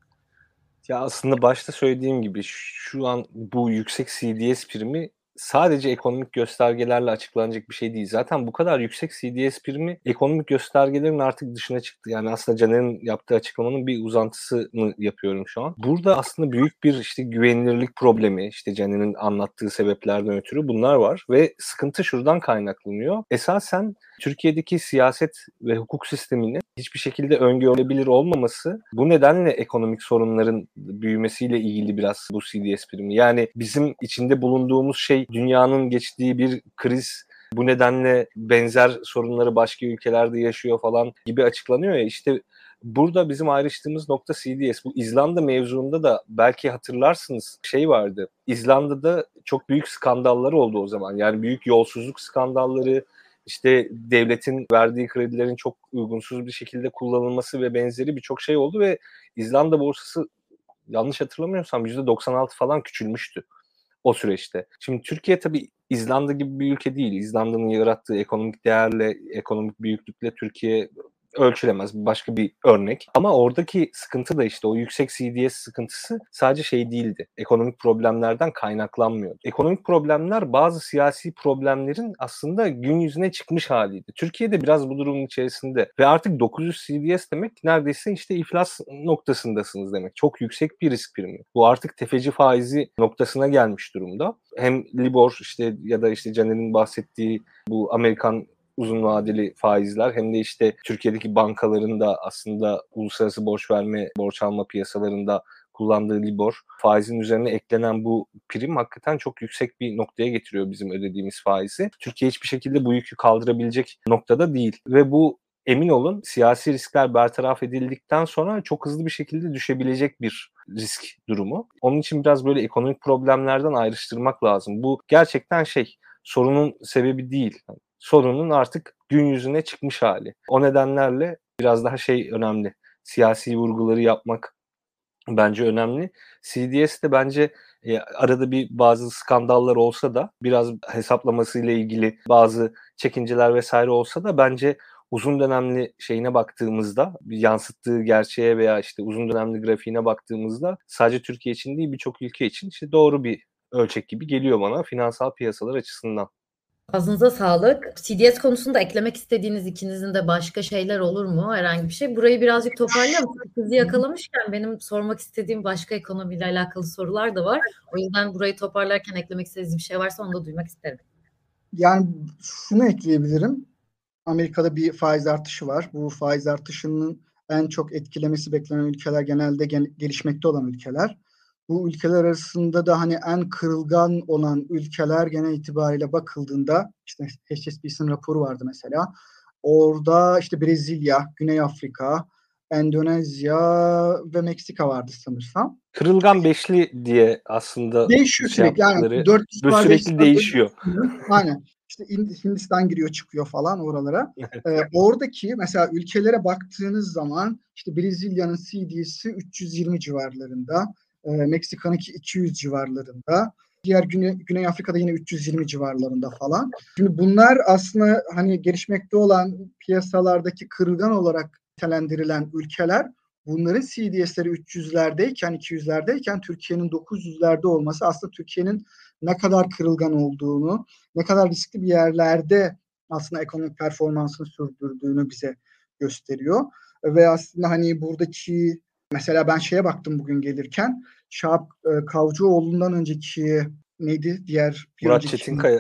Ya aslında başta söylediğim gibi şu an bu yüksek CDS primi sadece ekonomik göstergelerle açıklanacak bir şey değil. Zaten bu kadar yüksek CDS primi ekonomik göstergelerin artık dışına çıktı. Yani aslında Caner'in yaptığı açıklamanın bir uzantısını yapıyorum şu an. Burada aslında büyük bir işte güvenilirlik problemi, işte Caner'in anlattığı sebeplerden ötürü bunlar var ve sıkıntı şuradan kaynaklanıyor. Esasen Türkiye'deki siyaset ve hukuk sisteminin hiçbir şekilde öngörülebilir olmaması, bu nedenle ekonomik sorunların büyümesiyle ilgili biraz bu CDS primi. Yani bizim içinde bulunduğumuz şey dünyanın geçtiği bir kriz, bu nedenle benzer sorunları başka ülkelerde yaşıyor falan gibi açıklanıyor ya, işte burada bizim ayrıştığımız nokta CDS. Bu İzlanda mevzuunda da belki hatırlarsınız şey vardı. İzlanda'da çok büyük skandallar oldu o zaman. Yani büyük yolsuzluk skandalları, işte devletin verdiği kredilerin çok uygunsuz bir şekilde kullanılması ve benzeri birçok şey oldu ve İzlanda borsası yanlış hatırlamıyorsam %96 falan küçülmüştü o süreçte. Şimdi Türkiye tabii İzlanda gibi bir ülke değil. İzlanda'nın yarattığı ekonomik değerle, ekonomik büyüklükle Türkiye ölçülemez. Başka bir örnek. Ama oradaki sıkıntı da işte o yüksek CDS sıkıntısı sadece şey değildi. Ekonomik problemlerden kaynaklanmıyor. Ekonomik problemler bazı siyasi problemlerin aslında gün yüzüne çıkmış haliydi. Türkiye'de biraz bu durumun içerisinde ve artık 900 CDS demek neredeyse işte iflas noktasındasınız demek. Çok yüksek bir risk primi. Bu artık tefeci faizi noktasına gelmiş durumda. Hem Libor işte ya da işte Caner'in bahsettiği bu Amerikan uzun vadeli faizler hem de işte Türkiye'deki bankaların da aslında uluslararası borç verme, borç alma piyasalarında kullandığı Libor faizin üzerine eklenen bu prim hakikaten çok yüksek bir noktaya getiriyor bizim ödediğimiz faizi. Türkiye hiçbir şekilde bu yükü kaldırabilecek noktada değil ve bu emin olun siyasi riskler bertaraf edildikten sonra çok hızlı bir şekilde düşebilecek bir risk durumu. Onun için biraz böyle ekonomik problemlerden ayrıştırmak lazım. Bu gerçekten sorunun sebebi değil. Sorunun artık gün yüzüne çıkmış hali. O nedenlerle biraz daha önemli. Siyasi vurguları yapmak bence önemli. CDS'de bence arada bazı skandallar olsa da biraz hesaplamasıyla ilgili bazı çekinceler vesaire olsa da bence uzun dönemli şeyine baktığımızda, yansıttığı gerçeğe veya işte uzun dönemli grafiğine baktığımızda sadece Türkiye için değil birçok ülke için işte doğru bir ölçek gibi geliyor bana finansal piyasalar açısından. Ağzınıza sağlık. CDS konusunda eklemek istediğiniz ikinizin de başka şeyler olur mu? Herhangi bir şey. Burayı birazcık toparlayalım. Sizi yakalamışken benim sormak istediğim başka ekonomiyle alakalı sorular da var. O yüzden burayı toparlarken eklemek istediğiniz bir şey varsa onu da duymak isterim. Yani şunu ekleyebilirim. Amerika'da bir faiz artışı var. Bu faiz artışının en çok etkilemesi beklenen ülkeler genelde gelişmekte olan ülkeler. Bu ülkeler arasında da hani en kırılgan olan ülkeler genel itibariyle bakıldığında işte HSBC'nin raporu vardı mesela. Orada işte Brezilya, Güney Afrika, Endonezya ve Meksika vardı sanırsam. Kırılgan beşli diye aslında değişiyor sürekli. Yani 4 bu sürekli değişiyor. Aynen. İşte Hindistan giriyor çıkıyor falan oralara. Oradaki mesela ülkelere baktığınız zaman işte Brezilya'nın CDS'i 320 civarlarında, Meksika'nınki 200 civarlarında. Diğer Güney Afrika'da yine 320 civarlarında falan. Şimdi bunlar aslında hani gelişmekte olan piyasalardaki kırılgan olarak nitelendirilen ülkeler, bunların CDS'leri 300'lerdeyken, 200'lerdeyken Türkiye'nin 900'lerde olması aslında Türkiye'nin ne kadar kırılgan olduğunu, ne kadar riskli bir yerlerde aslında ekonomik performansını sürdürdüğünü bize gösteriyor. Ve aslında hani buradaki mesela ben baktım bugün gelirken, Şahap Kavcıoğlu'ndan önceki neydi? Murat Çetinkaya.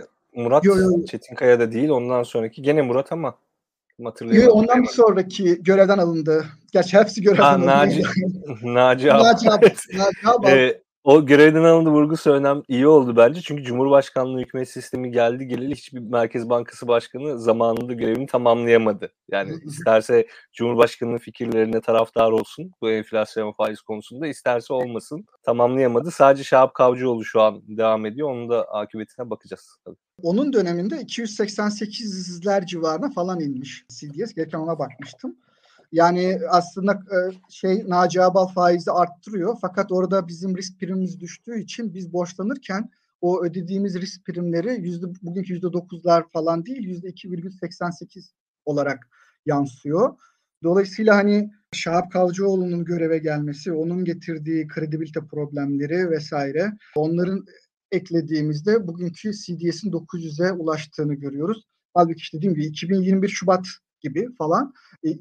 Çetinkaya da değil, ondan sonraki gene Murat ama hatırlayamadım. Ondan bir sonraki görevden alındı. Gerçi hepsi görevden alındı. Naci Ağbal. O görevden alındı vurgusu iyi oldu bence. Çünkü Cumhurbaşkanlığı hükümet sistemi geldi geleli hiçbir Merkez Bankası Başkanı zamanında görevini tamamlayamadı. Yani isterse Cumhurbaşkanı'nın fikirlerine taraftar olsun bu enflasyon ve faiz konusunda, isterse olmasın, tamamlayamadı. Sadece Şahap Kavcıoğlu şu an devam ediyor. Onun da akıbetine bakacağız tabii. Onun döneminde 288'ler civarına falan inmiş CDS. Geçen ona bakmıştım. Yani aslında Naci Ağbal faizi arttırıyor. Fakat orada bizim risk primimiz düştüğü için biz borçlanırken o ödediğimiz risk primleri bugünkü %9'lar falan değil, %2,88 olarak yansıyor. Dolayısıyla hani Şahap Kavcıoğlu'nun göreve gelmesi, onun getirdiği kredibilite problemleri vesaire, onların eklediğimizde bugünkü CDS'in 900'e ulaştığını görüyoruz. Halbuki işte dediğim gibi 2021 Şubat gibi falan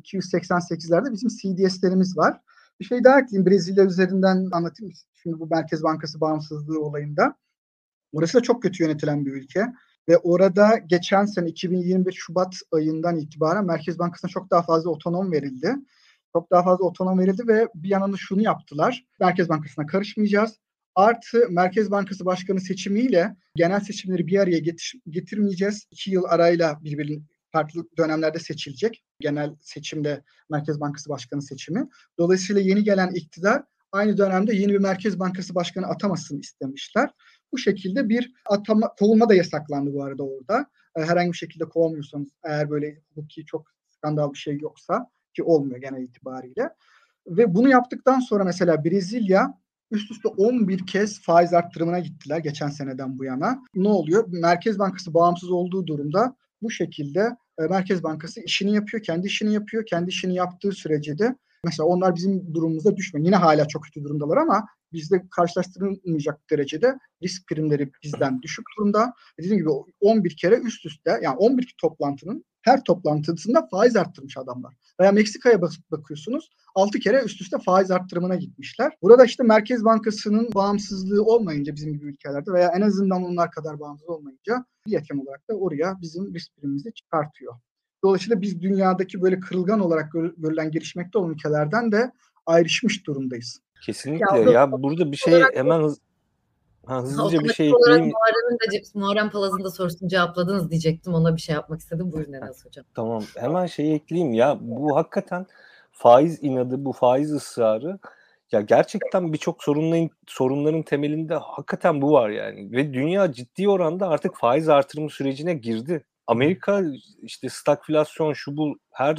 288'lerde bizim CDS'lerimiz var. Bir şey daha ekleyeyim, Brezilya üzerinden anlatayım. Şimdi bu Merkez Bankası bağımsızlığı olayında. Orası da çok kötü yönetilen bir ülke. Ve orada geçen sene 2021 Şubat ayından itibaren Merkez Bankası'na çok daha fazla otonom verildi. Çok daha fazla otonom verildi ve bir yandan şunu yaptılar. Merkez Bankası'na karışmayacağız. Artı Merkez Bankası Başkanı seçimiyle genel seçimleri bir araya getirmeyeceğiz. 2 yıl arayla birbirinin farklı dönemlerde seçilecek. Genel seçimde Merkez Bankası Başkanı seçimi. Dolayısıyla yeni gelen iktidar aynı dönemde yeni bir Merkez Bankası Başkanı atamasını istemişler. Bu şekilde bir kovulma da yasaklandı bu arada orada. Herhangi bir şekilde kovamıyorsanız, eğer böyle hukuki çok skandal bir şey yoksa, ki olmuyor genel itibariyle. Ve bunu yaptıktan sonra mesela Brezilya üst üste 11 kez faiz arttırımına gittiler geçen seneden bu yana. Ne oluyor? Merkez Bankası bağımsız olduğu durumda bu şekilde Merkez Bankası işini yapıyor, kendi işini yapıyor. Kendi işini yaptığı sürece de mesela onlar bizim durumumuzda düşmüyor. Yine hala çok kötü durumdalar ama bizde karşılaştırılmayacak derecede risk primleri bizden düşük durumda. Dediğim gibi 11 kere üst üste, yani 11 toplantının her toplantısında faiz arttırmış adamlar. Veya Meksika'ya bakıyorsunuz, 6 kere üst üste faiz arttırımına gitmişler. Burada işte Merkez Bankası'nın bağımsızlığı olmayınca bizim gibi ülkelerde veya en azından onlar kadar bağımsız olmayınca bir etken olarak da oraya bizim risk primimizi çıkartıyor. Dolayısıyla biz dünyadaki böyle kırılgan olarak görülen gelişmekte olan ülkelerden de ayrışmış durumdayız. Kesinlikle. Ya burada bir şey hemen hızlıca bir şey ekleyeyim. Muharrem Palaz'ın da sorusunu cevapladınız diyecektim. Ona bir şey yapmak istedim. Buyurun Enes Hocam. Tamam. Hemen şeyi ekleyeyim. Ya bu hakikaten faiz inadı, bu faiz ısrarı, ya gerçekten birçok sorunların temelinde hakikaten bu var yani. Ve dünya ciddi oranda artık faiz artırımı sürecine girdi. Amerika işte stagflasyon, şu bu,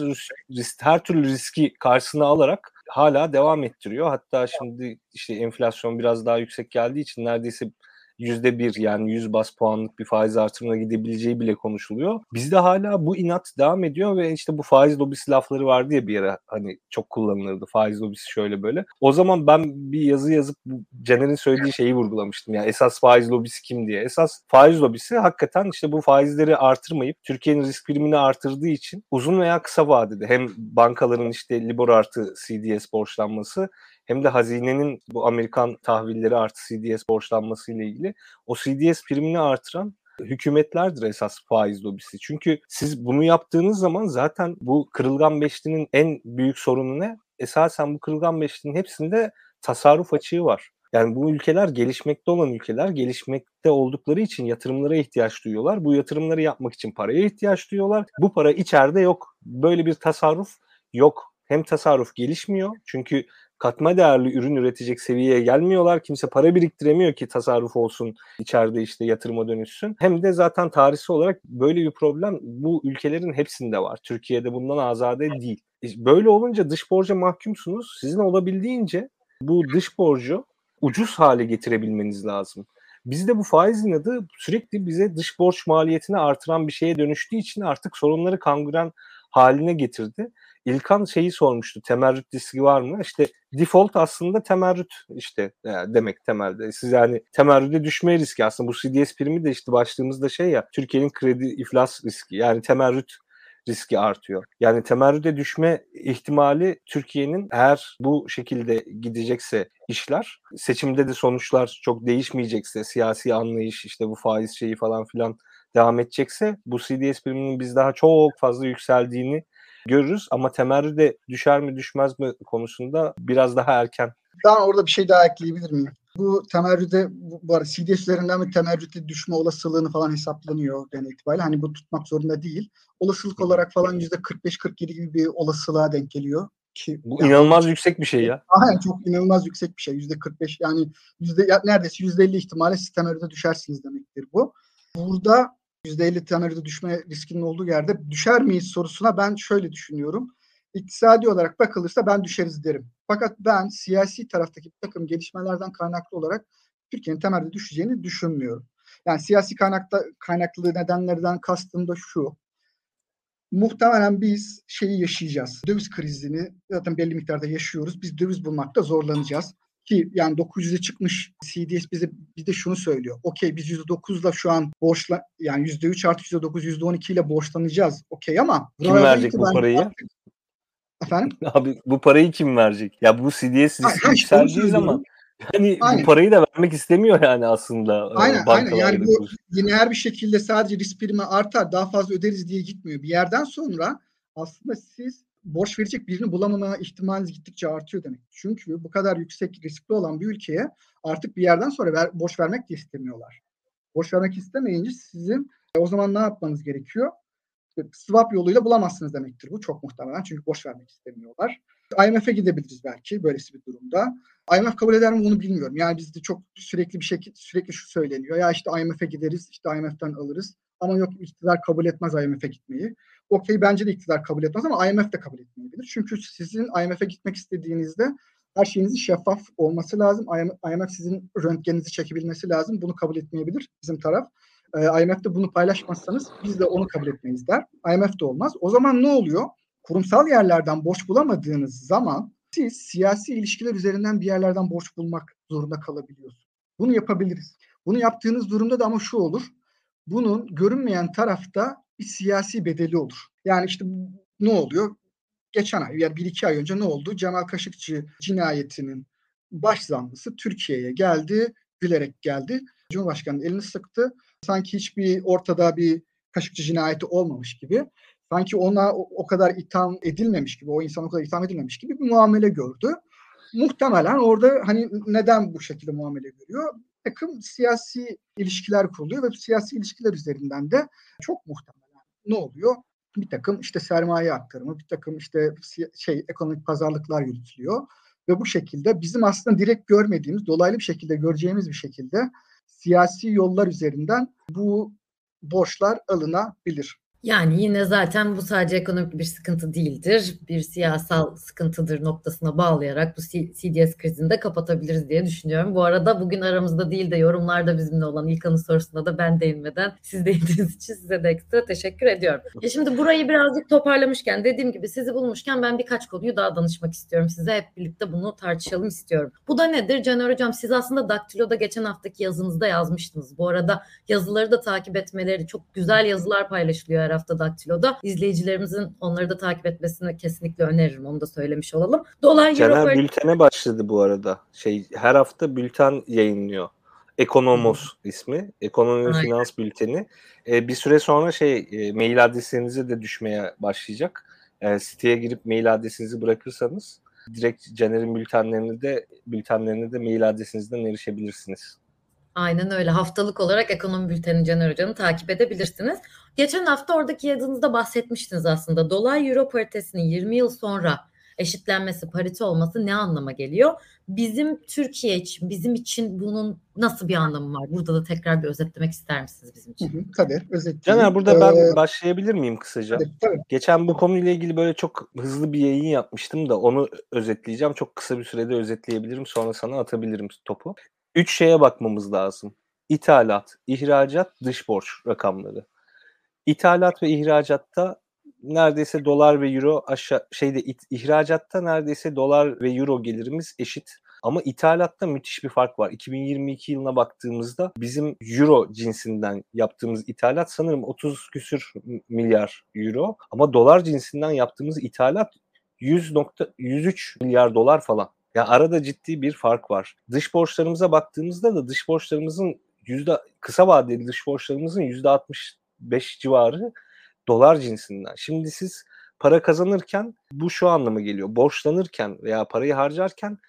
her türlü riski karşısına alarak hala devam ettiriyor. Hatta şimdi işte enflasyon biraz daha yüksek geldiği için neredeyse %1, yani 100 bas puanlık bir faiz artırımına gidebileceği bile konuşuluyor. Bizde hala bu inat devam ediyor ve işte bu faiz lobisi lafları vardı ya bir ara, hani çok kullanılırdı. Faiz lobisi şöyle böyle. O zaman ben bir yazı yazıp Caner'in söylediği şeyi vurgulamıştım. Yani esas faiz lobisi kim diye. Esas faiz lobisi hakikaten işte bu faizleri artırmayıp Türkiye'nin risk primini artırdığı için uzun veya kısa vadede hem bankaların işte Libor artı CDS borçlanması hem de hazinenin bu Amerikan tahvilleri artı CDS borçlanması ile ilgili o CDS primini artıran hükümetlerdir esas faiz lobisi. Çünkü siz bunu yaptığınız zaman zaten bu kırılgan beşlinin en büyük sorunu ne? Esasen bu kırılgan beşlinin hepsinde tasarruf açığı var. Yani bu ülkeler gelişmekte olan ülkeler, gelişmekte oldukları için yatırımlara ihtiyaç duyuyorlar. Bu yatırımları yapmak için paraya ihtiyaç duyuyorlar. Bu para içeride yok. Böyle bir tasarruf yok. Hem tasarruf gelişmiyor çünkü katma değerli ürün üretecek seviyeye gelmiyorlar. Kimse para biriktiremiyor ki tasarruf olsun, içeride işte yatırıma dönüşsün. Hem de zaten tarihsel olarak böyle bir problem bu ülkelerin hepsinde var. Türkiye'de bundan azade değil. Böyle olunca dış borca mahkumsunuz. Sizin olabildiğince bu dış borcu ucuz hale getirebilmeniz lazım. Bizde bu faiz inadı sürekli bize dış borç maliyetini artıran bir şeye dönüştüğü için artık sorunları kangren haline getirdi. İlkan şeyi sormuştu, temerrüt riski var mı? İşte default aslında temerrüt işte demek temelde. Siz yani temerrüde düşme riski aslında, bu CDS primi de işte başlığımızda şey ya, Türkiye'nin kredi iflas riski, yani temerrüt riski artıyor. Yani temerrüde düşme ihtimali Türkiye'nin, eğer bu şekilde gidecekse işler, seçimde de sonuçlar çok değişmeyecekse, siyasi anlayış işte bu faiz şeyi falan filan devam edecekse, bu CDS priminin biz daha çok fazla yükseldiğini görürüz. Ama temerrüde düşer mi düşmez mi konusunda biraz daha erken. Ben orada bir şey daha ekleyebilir miyim? Bu temerrüde bu arada CDS üzerinden bir temerrüte düşme olasılığını falan hesaplanıyor genel itibariyle. Hani bu tutmak zorunda değil. Olasılık olarak falan %45-47 gibi bir olasılığa denk geliyor. Ki, Bu yani inanılmaz yüksek bir şey ya. aynen, çok inanılmaz yüksek bir şey. %45 yani neredeyse %50 ihtimalle siz temerrüde düşersiniz demektir bu. Burada %50 temerrüde düşme riskinin olduğu yerde düşer miyiz sorusuna ben şöyle düşünüyorum. İktisadi olarak bakılırsa ben düşeriz derim. Fakat ben siyasi taraftaki bir takım gelişmelerden kaynaklı olarak Türkiye'nin temelde düşeceğini düşünmüyorum. Yani siyasi kaynaklı nedenlerden kastım da şu. Muhtemelen biz şeyi yaşayacağız. Döviz krizini zaten belli miktarda yaşıyoruz. Biz döviz bulmakta zorlanacağız. Ki yani 900'e çıkmış CDS bize şunu söylüyor. Okey, biz %9'la şu an borçla, yani %3 artı %9, %12 ile borçlanacağız. Okey, ama Kim buralardan verecek bu itibaren parayı? artık efendim. Abi bu parayı kim verecek? Ya bu CDS riski İşte onu yükseldiği söylüyorum. zaman hani bu Aynen. parayı da vermek istemiyor yani aslında Aynen. bankalar Yani ya da bu kur. lineer bir şekilde sadece risk primi artar, daha fazla öderiz diye gitmiyor. Bir yerden sonra aslında siz borç verecek birini bulamama ihtimaliniz gittikçe artıyor demek. Çünkü bu kadar yüksek riskli olan bir ülkeye artık bir yerden sonra borç vermek de istemiyorlar. Borç vermek istemeyince sizin o zaman ne yapmanız gerekiyor? Swap yoluyla bulamazsınız demektir bu çok muhtemelen. Çünkü borç vermek istemiyorlar. IMF'e gidebiliriz belki böylesi bir durumda. IMF kabul eder mi bunu bilmiyorum. Yani bizde çok sürekli şu söyleniyor. Ya işte IMF'e gideriz, işte IMF'ten alırız. Ama yok, iktidar kabul etmez IMF'e gitmeyi. Okey, bence de iktidar kabul etmez ama IMF de kabul etmeyebilir. Çünkü sizin IMF'e gitmek istediğinizde her şeyinizin şeffaf olması lazım. IMF sizin röntgeninizi çekebilmesi lazım. Bunu kabul etmeyebilir bizim taraf. IMF'de bunu paylaşmazsanız biz de onu kabul etmeyiz der. IMF de olmaz. O zaman ne oluyor? Kurumsal yerlerden borç bulamadığınız zaman siz siyasi ilişkiler üzerinden bir yerlerden borç bulmak zorunda kalabiliyorsunuz. Bunu yapabiliriz. Bunu yaptığınız durumda da ama şu olur. Bunun görünmeyen tarafta bir siyasi bedeli olur. Yani işte ne oluyor? Geçen ay, yani 1-2 ay önce ne oldu? Cemal Kaşıkçı cinayetinin baş zanlısı Türkiye'ye geldi, gülerek geldi. Cumhurbaşkanı'nın elini sıktı. Sanki hiçbir ortada bir Kaşıkçı cinayeti olmamış gibi. Sanki ona o kadar itham edilmemiş gibi, o insan o kadar itham edilmemiş gibi bir muamele gördü. Muhtemelen orada hani neden bu şekilde muamele görüyor? Bir takım siyasi ilişkiler kuruluyor ve bu siyasi ilişkiler üzerinden de çok muhtemelen ne oluyor? Bir takım işte sermaye aktarımı, bir takım işte ekonomik pazarlıklar yürütülüyor. Ve bu şekilde bizim aslında direkt görmediğimiz, dolaylı bir şekilde göreceğimiz bir şekilde siyasi yollar üzerinden bu borçlar alınabilir. Yani yine zaten bu sadece ekonomik bir sıkıntı değildir. Bir siyasal sıkıntıdır noktasına bağlayarak bu CDS krizini de kapatabiliriz diye düşünüyorum. Bu arada bugün aramızda değil de yorumlarda bizimle olan İlkan'ın sorusuna da ben değinmeden siz değindiğiniz için size de ekstra teşekkür ediyorum. Şimdi burayı birazcık toparlamışken, dediğim gibi sizi bulmuşken ben birkaç konuyu daha danışmak istiyorum size. Hep birlikte bunu tartışalım istiyorum. Bu da nedir? Caner Hocam, siz aslında Daktilo'da geçen haftaki yazınızda yazmıştınız. Bu arada yazıları da takip etmeleri, çok güzel yazılar paylaşılıyor her hafta Daktilo'da. İzleyicilerimizin onları da takip etmesini kesinlikle öneririm. Onu da söylemiş olalım. Dolar Euro Caner bültene başladı bu arada. Her hafta bülten yayınlıyor. Ekonomos ismi. Ekonomi ve Finans Bülteni. Bir süre sonra mail adreslerinize de düşmeye başlayacak. Siteye girip mail adresinizi bırakırsanız direkt Caner'in bültenlerine de mail adresinizden erişebilirsiniz. Aynen öyle. Haftalık olarak Ekonomi Bülteni Caner Hoca'nı takip edebilirsiniz. Geçen hafta oradaki yazınızda bahsetmiştiniz aslında. Dolar Euro paritesinin 20 yıl sonra eşitlenmesi, parite olması ne anlama geliyor? Bizim Türkiye için, bizim için bunun nasıl bir anlamı var? Burada da tekrar bir özetlemek ister misiniz bizim için? Tabii, özetleyeyim. Caner, burada ben başlayabilir miyim kısaca? Tabii. Geçen bu konuyla ilgili böyle çok hızlı bir yayın yapmıştım da onu özetleyeceğim. Çok kısa bir sürede özetleyebilirim. Sonra sana atabilirim topu. 3 şeye bakmamız lazım. İthalat, ihracat, dış borç rakamları. İthalat ve ihracatta neredeyse dolar ve euro ihracatta neredeyse dolar ve euro gelirimiz eşit. Ama ithalatta müthiş bir fark var. 2022 yılına baktığımızda bizim euro cinsinden yaptığımız ithalat sanırım 30 küsür milyar euro. Ama dolar cinsinden yaptığımız ithalat 100.103 milyar dolar falan. Yani arada ciddi bir fark var. Dış borçlarımıza baktığımızda da dış borçlarımızın kısa vadeli dış borçlarımızın %65 civarı dolar cinsinden. Şimdi siz para kazanırken bu şu anlama geliyor. Borçlanırken veya parayı harcarken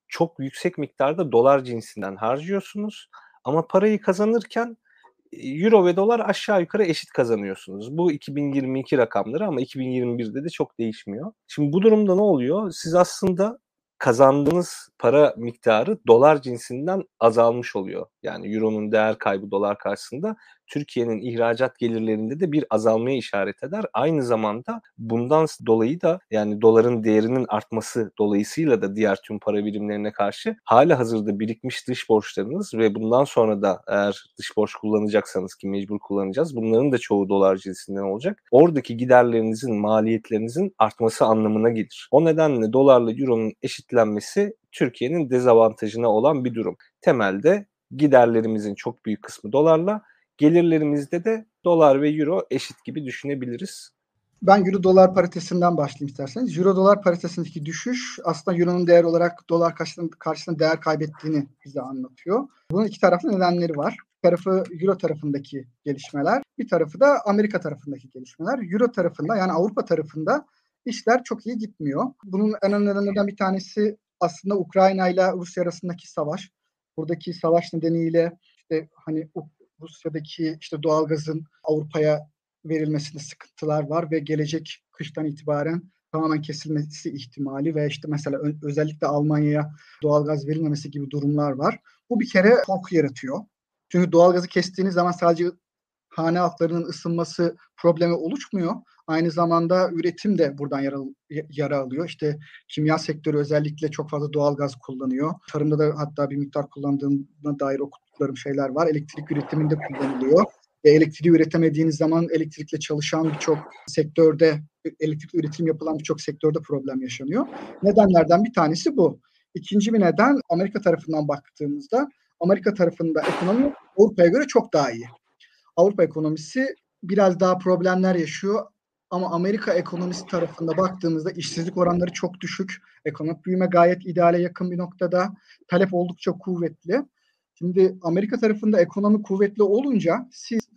çok yüksek miktarda dolar cinsinden harcıyorsunuz. Ama parayı kazanırken euro ve dolar aşağı yukarı eşit kazanıyorsunuz. Bu 2022 rakamları ama 2021'de de çok değişmiyor. Şimdi bu durumda ne oluyor? Siz aslında kazandığınız para miktarı dolar cinsinden azalmış oluyor. Yani euronun değer kaybı dolar karşısında Türkiye'nin ihracat gelirlerinde de bir azalmaya işaret eder. Aynı zamanda bundan dolayı da yani doların değerinin artması dolayısıyla da diğer tüm para birimlerine karşı halihazırda birikmiş dış borçlarınız ve bundan sonra da eğer dış borç kullanacaksanız ki mecbur kullanacağız, bunların da çoğu dolar cinsinden olacak. Oradaki giderlerinizin, maliyetlerinizin artması anlamına gelir. O nedenle dolarla euronun eşitlenmesi Türkiye'nin dezavantajına olan bir durum. Temelde giderlerimizin çok büyük kısmı dolarla, gelirlerimizde de dolar ve euro eşit gibi düşünebiliriz. Ben euro dolar paritesinden başlayayım isterseniz. Euro dolar paritesindeki düşüş aslında euronun değer olarak dolar karşısında değer kaybettiğini bize anlatıyor. Bunun iki taraflı nedenleri var. Bir tarafı euro tarafındaki gelişmeler, bir tarafı da Amerika tarafındaki gelişmeler. Euro tarafında yani Avrupa tarafında işler çok iyi gitmiyor. Bunun en önemli nedenlerinden bir tanesi aslında Ukrayna ile Rusya arasındaki savaş. Buradaki savaş nedeniyle işte hani Rusya'daki işte doğalgazın Avrupa'ya verilmesinde sıkıntılar var ve gelecek kıştan itibaren tamamen kesilmesi ihtimali ve işte mesela özellikle Almanya'ya doğalgaz verilmemesi gibi durumlar var. Bu bir kere şok yaratıyor. Çünkü doğalgazı kestiğiniz zaman sadece hane halklarının ısınması problemi oluşmuyor. Aynı zamanda üretim de buradan yara alıyor. İşte kimya sektörü özellikle çok fazla doğalgaz kullanıyor. Tarımda da hatta bir miktar kullandığına dair okuduklarım şeyler var. Elektrik üretiminde kullanılıyor. Elektriği üretemediğiniz zaman elektrikle çalışan birçok sektörde, elektrik üretim yapılan birçok sektörde problem yaşanıyor. Nedenlerden bir tanesi bu. İkinci bir neden Amerika tarafından baktığımızda Amerika tarafında ekonomi Avrupa'ya göre çok daha iyi. Avrupa ekonomisi biraz daha problemler yaşıyor ama Amerika ekonomisi tarafında baktığımızda işsizlik oranları çok düşük. Ekonomik büyüme gayet ideale yakın bir noktada. Talep oldukça kuvvetli. Şimdi Amerika tarafında ekonomi kuvvetli olunca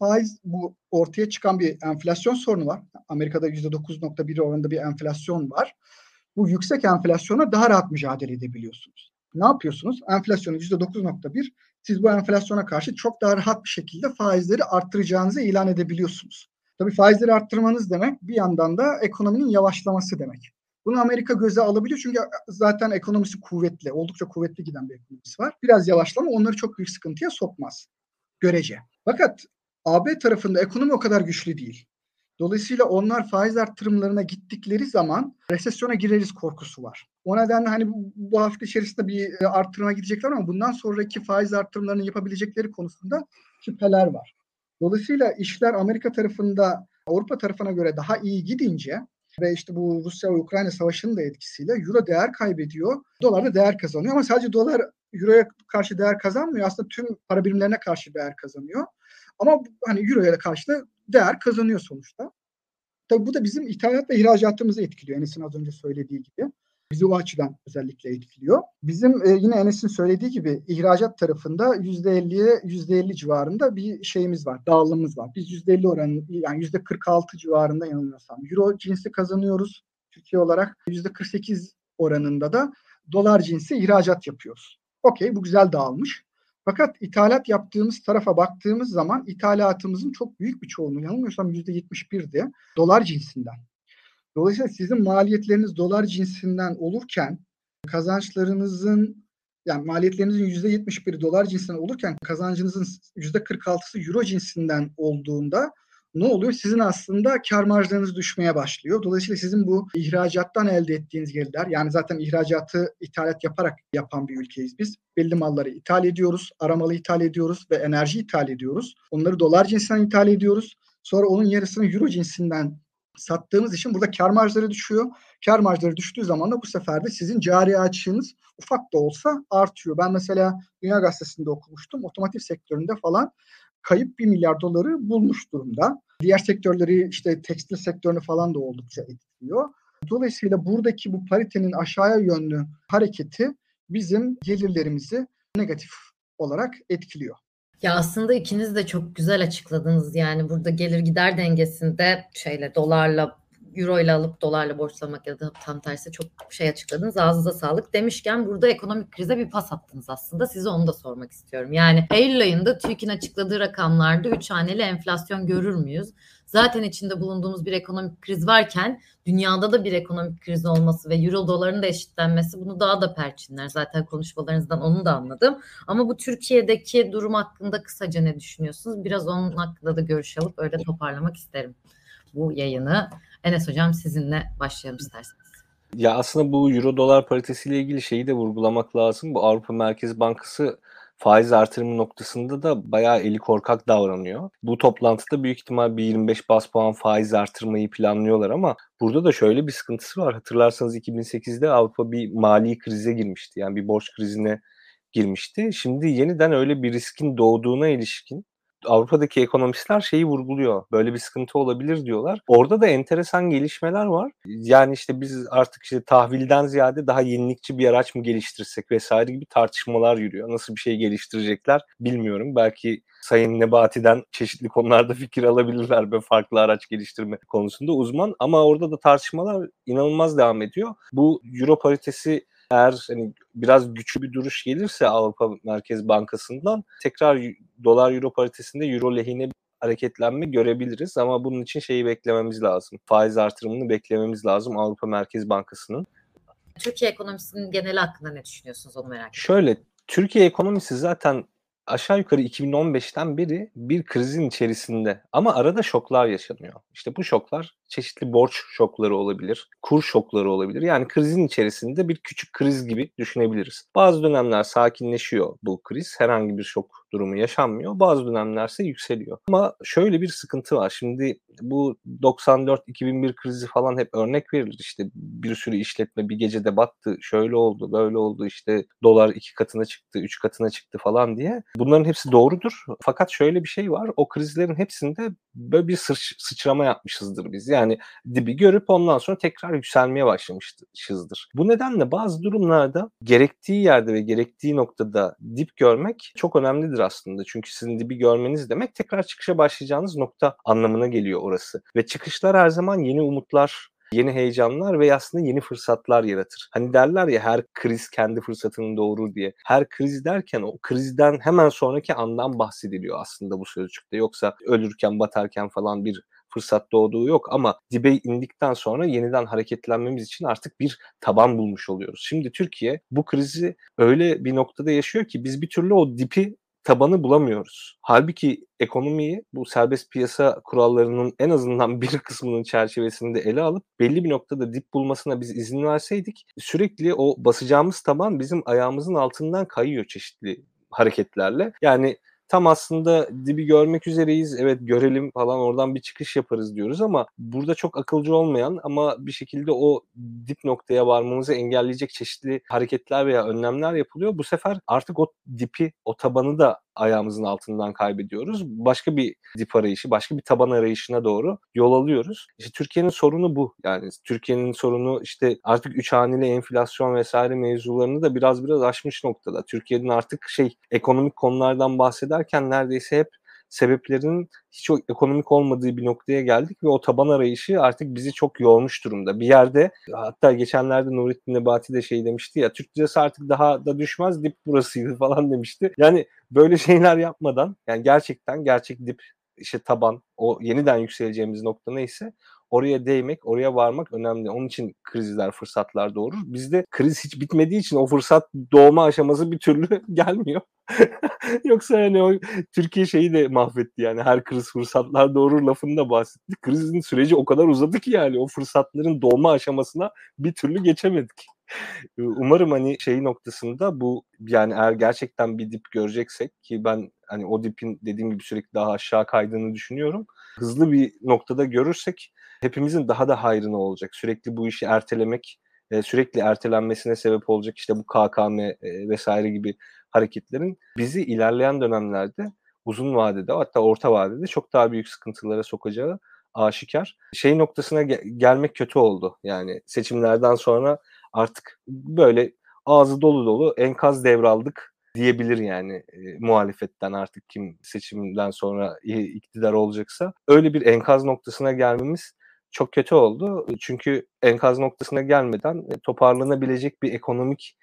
bu ortaya çıkan bir enflasyon sorunu var. Amerika'da %9.1 oranında bir enflasyon var. Bu yüksek enflasyona daha rahat mücadele edebiliyorsunuz. Ne yapıyorsunuz? Enflasyonu %9.1, siz bu enflasyona karşı çok daha rahat bir şekilde faizleri arttıracağınızı ilan edebiliyorsunuz. Tabii faizleri arttırmanız demek bir yandan da ekonominin yavaşlaması demek. Bunu Amerika göze alabiliyor çünkü zaten ekonomisi kuvvetli, oldukça kuvvetli giden bir ekonomisi var. Biraz yavaşlama onları çok büyük sıkıntıya sokmaz. Görece. Fakat AB tarafında ekonomi o kadar güçlü değil. Dolayısıyla onlar faiz arttırımlarına gittikleri zaman resesyona gireriz korkusu var. O nedenle hani bu hafta içerisinde bir arttırıma gidecekler ama bundan sonraki faiz arttırımlarını yapabilecekleri konusunda şüpheler var. Dolayısıyla işler Amerika tarafında Avrupa tarafına göre daha iyi gidince ve işte bu Rusya ve Ukrayna savaşının da etkisiyle euro değer kaybediyor. Dolar da değer kazanıyor ama sadece dolar euroya karşı değer kazanmıyor. Aslında tüm para birimlerine karşı değer kazanıyor. Ama hani euroya karşı da değer kazanıyor sonuçta. Tabii bu da bizim ithalat ve ihracatımızı etkiliyor. Enes'in az önce söylediği gibi. Bizi o açıdan özellikle etkiliyor. Bizim yine Enes'in söylediği gibi ihracat tarafında %50'ye %50 civarında bir şeyimiz var, dağılımımız var. Biz %50 oranı yani %46 civarında yanılmıyorsam euro cinsi kazanıyoruz Türkiye olarak. %48 oranında da dolar cinsi ihracat yapıyoruz. Okey, bu güzel dağılmış. Fakat ithalat yaptığımız tarafa baktığımız zaman ithalatımızın çok büyük bir çoğunluğu yanılmıyorsam %71'di dolar cinsinden. Dolayısıyla sizin maliyetleriniz dolar cinsinden olurken kazançlarınızın yani maliyetlerinizin %71'i dolar cinsinden olurken kazancınızın %46'sı euro cinsinden olduğunda ne oluyor? Sizin aslında kar marjlarınız düşmeye başlıyor. Dolayısıyla sizin bu ihracattan elde ettiğiniz gelirler, yani zaten ihracatı ithalat yaparak yapan bir ülkeyiz biz. Belli malları ithal ediyoruz, aramalı ithal ediyoruz ve enerji ithal ediyoruz. Onları dolar cinsinden ithal ediyoruz. Sonra onun yarısını euro cinsinden sattığımız için burada kar marjları düşüyor. Kar marjları düştüğü zaman da bu sefer de sizin cari açığınız ufak da olsa artıyor. Ben mesela Dünya Gazetesi'nde okumuştum. Otomotiv sektöründe falan kayıp 1 milyar doları bulmuş durumda. Diğer sektörleri işte tekstil sektörünü falan da oldukça etkiliyor. Dolayısıyla buradaki bu paritenin aşağıya yönlü hareketi bizim gelirlerimizi negatif olarak etkiliyor. Ya aslında ikiniz de çok güzel açıkladınız. Yani burada gelir gider dengesinde dolarla euro ile alıp dolarla borçlamak ya da tam tersi çok şey açıkladınız. Ağzınıza sağlık. Demişken burada ekonomik krize bir pas attınız aslında. Size onu da sormak istiyorum. Yani Eylül ayında TÜİK'in açıkladığı rakamlarda 3 haneli enflasyon görür müyüz? Zaten içinde bulunduğumuz bir ekonomik kriz varken dünyada da bir ekonomik kriz olması ve euro doların da eşitlenmesi bunu daha da perçinler. Zaten konuşmalarınızdan onu da anladım. Ama bu Türkiye'deki durum hakkında kısaca ne düşünüyorsunuz? Biraz onun hakkında da görüş alıp öyle toparlamak isterim bu yayını. Enes Hocam sizinle başlayalım isterseniz. Ya aslında bu euro dolar paritesiyle ilgili şeyi de vurgulamak lazım. Bu Avrupa Merkez Bankası faiz artırımı noktasında da bayağı eli korkak davranıyor. Bu toplantıda büyük ihtimal bir 25 bas puan faiz artırmayı planlıyorlar ama burada da şöyle bir sıkıntısı var. Hatırlarsanız 2008'de Avrupa bir mali krize girmişti. Yani bir borç krizine girmişti. Şimdi yeniden öyle bir riskin doğduğuna ilişkin Avrupa'daki ekonomistler şeyi vurguluyor. Böyle bir sıkıntı olabilir diyorlar. Orada da enteresan gelişmeler var. Yani işte biz artık işte tahvilden ziyade daha yenilikçi bir araç mı geliştirsek vesaire gibi tartışmalar yürüyor. Nasıl bir şey geliştirecekler bilmiyorum. Belki Sayın Nebati'den çeşitli konularda fikir alabilirler ve farklı araç geliştirme konusunda uzman. Ama orada da tartışmalar inanılmaz devam ediyor. Bu euro paritesi eğer hani biraz güçlü bir duruş gelirse Avrupa Merkez Bankası'ndan tekrar dolar euro paritesinde euro lehine bir hareketlenme görebiliriz ama bunun için şeyi beklememiz lazım. Faiz artırımını beklememiz lazım Avrupa Merkez Bankası'nın. Türkiye ekonomisinin geneli hakkında ne düşünüyorsunuz onu merak ediyorum. Şöyle, Türkiye ekonomisi zaten aşağı yukarı 2015'ten beri bir krizin içerisinde ama arada şoklar yaşanıyor. İşte bu şoklar çeşitli borç şokları olabilir, kur şokları olabilir. Yani krizin içerisinde bir küçük kriz gibi düşünebiliriz. Bazı dönemler sakinleşiyor bu kriz, herhangi bir şok durumu yaşanmıyor. Bazı dönemlerse yükseliyor. Ama şöyle bir sıkıntı var. Şimdi bu 94-2001 krizi falan hep örnek verilir. İşte bir sürü işletme bir gecede battı, şöyle oldu, böyle oldu, işte dolar 2 katına çıktı, 3 katına çıktı falan diye. Bunların hepsi doğrudur. Fakat şöyle bir şey var. O krizlerin hepsinde böyle bir sıçrama yapmışızdır biz. Yani dibi görüp ondan sonra tekrar yükselmeye başlamışızdır. Bu nedenle bazı durumlarda gerektiği yerde ve gerektiği noktada dip görmek çok önemlidir aslında. Çünkü sizin dibi görmeniz demek tekrar çıkışa başlayacağınız nokta anlamına geliyor orası. Ve çıkışlar her zaman yeni umutlar, yeni heyecanlar ve aslında yeni fırsatlar yaratır. Hani derler ya her kriz kendi fırsatını doğurur diye. Her kriz derken o krizden hemen sonraki andan bahsediliyor aslında bu sözcükte. Yoksa ölürken, batarken falan bir fırsat doğduğu yok ama dibe indikten sonra yeniden hareketlenmemiz için artık bir taban bulmuş oluyoruz. Şimdi Türkiye bu krizi öyle bir noktada yaşıyor ki biz bir türlü o dipi tabanı bulamıyoruz. Halbuki ekonomiyi bu serbest piyasa kurallarının en azından bir kısmının çerçevesinde ele alıp belli bir noktada dip bulmasına biz izin verseydik sürekli o basacağımız taban bizim ayağımızın altından kayıyor çeşitli hareketlerle. Yani tam aslında dibi görmek üzereyiz. Evet görelim falan oradan bir çıkış yaparız diyoruz ama burada çok akılcı olmayan ama bir şekilde o dip noktaya varmamızı engelleyecek çeşitli hareketler veya önlemler yapılıyor. Bu sefer artık o dipi, o tabanı da ayağımızın altından kaybediyoruz. Başka bir dip arayışı, başka bir taban arayışına doğru yol alıyoruz. İşte Türkiye'nin sorunu bu. Yani Türkiye'nin sorunu işte artık 3 haneli enflasyon vesaire mevzularını da biraz aşmış noktada. Türkiye'nin artık ekonomik konulardan bahsederken neredeyse hep sebeplerinin hiç ekonomik olmadığı bir noktaya geldik ve o taban arayışı artık bizi çok yormuş durumda. Bir yerde hatta geçenlerde Nurettin Nebati de demişti ya Türk lirası artık daha da düşmez dip burasıydı falan demişti. Yani böyle şeyler yapmadan yani gerçekten gerçek dip işte taban o yeniden yükseleceğimiz nokta neyse oraya değmek, oraya varmak önemli. Onun için krizler, fırsatlar doğurur. Bizde kriz hiç bitmediği için o fırsat doğma aşaması bir türlü gelmiyor. Yoksa yani o Türkiye de mahvetti yani her kriz fırsatlar doğurur lafını da bahsetti. Krizin süreci o kadar uzadı ki yani o fırsatların doğma aşamasına bir türlü geçemedik. Umarım hani noktasında bu yani eğer gerçekten bir dip göreceksek ki ben hani o dipin dediğim gibi sürekli daha aşağı kaydığını düşünüyorum. Hızlı bir noktada görürsek hepimizin daha da hayrına olacak. Sürekli bu işi ertelemek, sürekli ertelenmesine sebep olacak işte bu KKM vesaire gibi hareketlerin bizi ilerleyen dönemlerde uzun vadede hatta orta vadede çok daha büyük sıkıntılara sokacağı aşikar. Noktasına gelmek kötü oldu. Yani seçimlerden sonra artık böyle ağzı dolu enkaz devraldık diyebilir yani muhalefetten artık kim seçimden sonra iktidar olacaksa. Öyle bir enkaz noktasına gelmemiz çok kötü oldu. Çünkü enkaz noktasına gelmeden toparlanabilecek bir ekonomik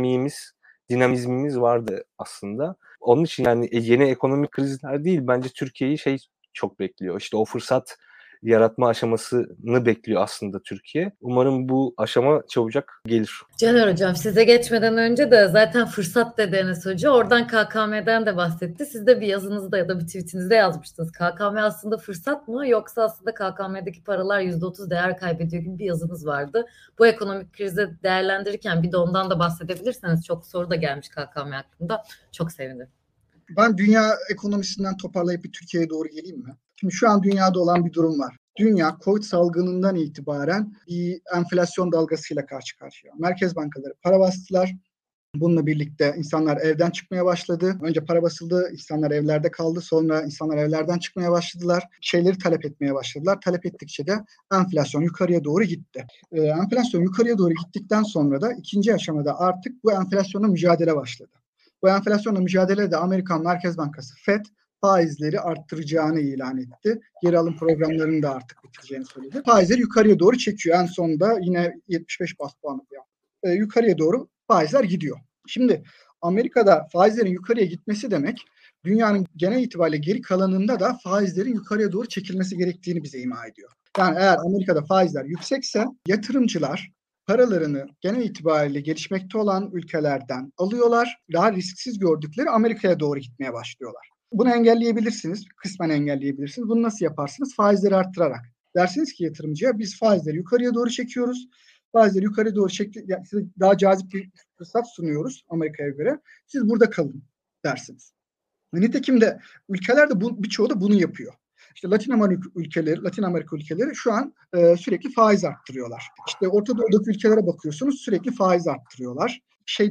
dinamizmimiz vardı aslında. Onun için yani yeni ekonomik krizler değil, bence Türkiye'yi çok bekliyor. İşte o fırsat yaratma aşamasını bekliyor aslında Türkiye. Umarım bu aşama çabucak gelir. Caner Hocam, size geçmeden önce de zaten fırsat dedi Enes Hoca. Oradan KKM'den de bahsetti. Siz de bir yazınızda ya da bir tweetinizde yazmıştınız. KKM aslında fırsat mı, yoksa aslında KKM'deki paralar %30 değer kaybediyor gibi bir yazınız vardı. Bu ekonomik krizi değerlendirirken bir de ondan da bahsedebilirseniz, çok soru da gelmiş KKM hakkında. Çok sevinirim. Ben dünya ekonomisinden toparlayıp bir Türkiye'ye doğru geleyim mi? Şimdi şu an dünyada olan bir durum var. Dünya Covid salgınından itibaren bir enflasyon dalgasıyla karşı karşıya. Merkez bankaları para bastılar. Bununla birlikte insanlar evden çıkmaya başladı. Önce para basıldı, insanlar evlerde kaldı. Sonra insanlar evlerden çıkmaya başladılar. Şeyleri talep etmeye başladılar. Talep ettikçe de enflasyon yukarıya doğru gitti. Enflasyon yukarıya doğru gittikten sonra da ikinci aşamada artık bu enflasyonla mücadele başladı. Bu enflasyonla mücadelede Amerikan Merkez Bankası FED faizleri arttıracağını ilan etti. Geri alım programlarını da artık bitireceğini söyledi. Faizleri yukarıya doğru çekiyor. En sonunda yine 75 bas puanı yukarıya doğru faizler gidiyor. Şimdi Amerika'da faizlerin yukarıya gitmesi demek, dünyanın genel itibariyle geri kalanında da faizlerin yukarıya doğru çekilmesi gerektiğini bize ima ediyor. Yani eğer Amerika'da faizler yüksekse yatırımcılar paralarını genel itibariyle gelişmekte olan ülkelerden alıyorlar. Daha risksiz gördükleri Amerika'ya doğru gitmeye başlıyorlar. Bunu engelleyebilirsiniz, kısmen engelleyebilirsiniz. Bunu nasıl yaparsınız? Faizleri arttırarak. Dersiniz ki yatırımcıya, biz faizleri yukarıya doğru çekiyoruz. Faizleri yukarı doğru çektik, yani size daha cazip bir fırsat sunuyoruz Amerika'ya göre. Siz burada kalın dersiniz. Nitekim de ülkeler de birçoğu da bunu yapıyor. İşte Latin Amerika ülkeleri şu an sürekli faiz arttırıyorlar. İşte Orta Doğu'daki ülkelere bakıyorsunuz, sürekli faiz arttırıyorlar.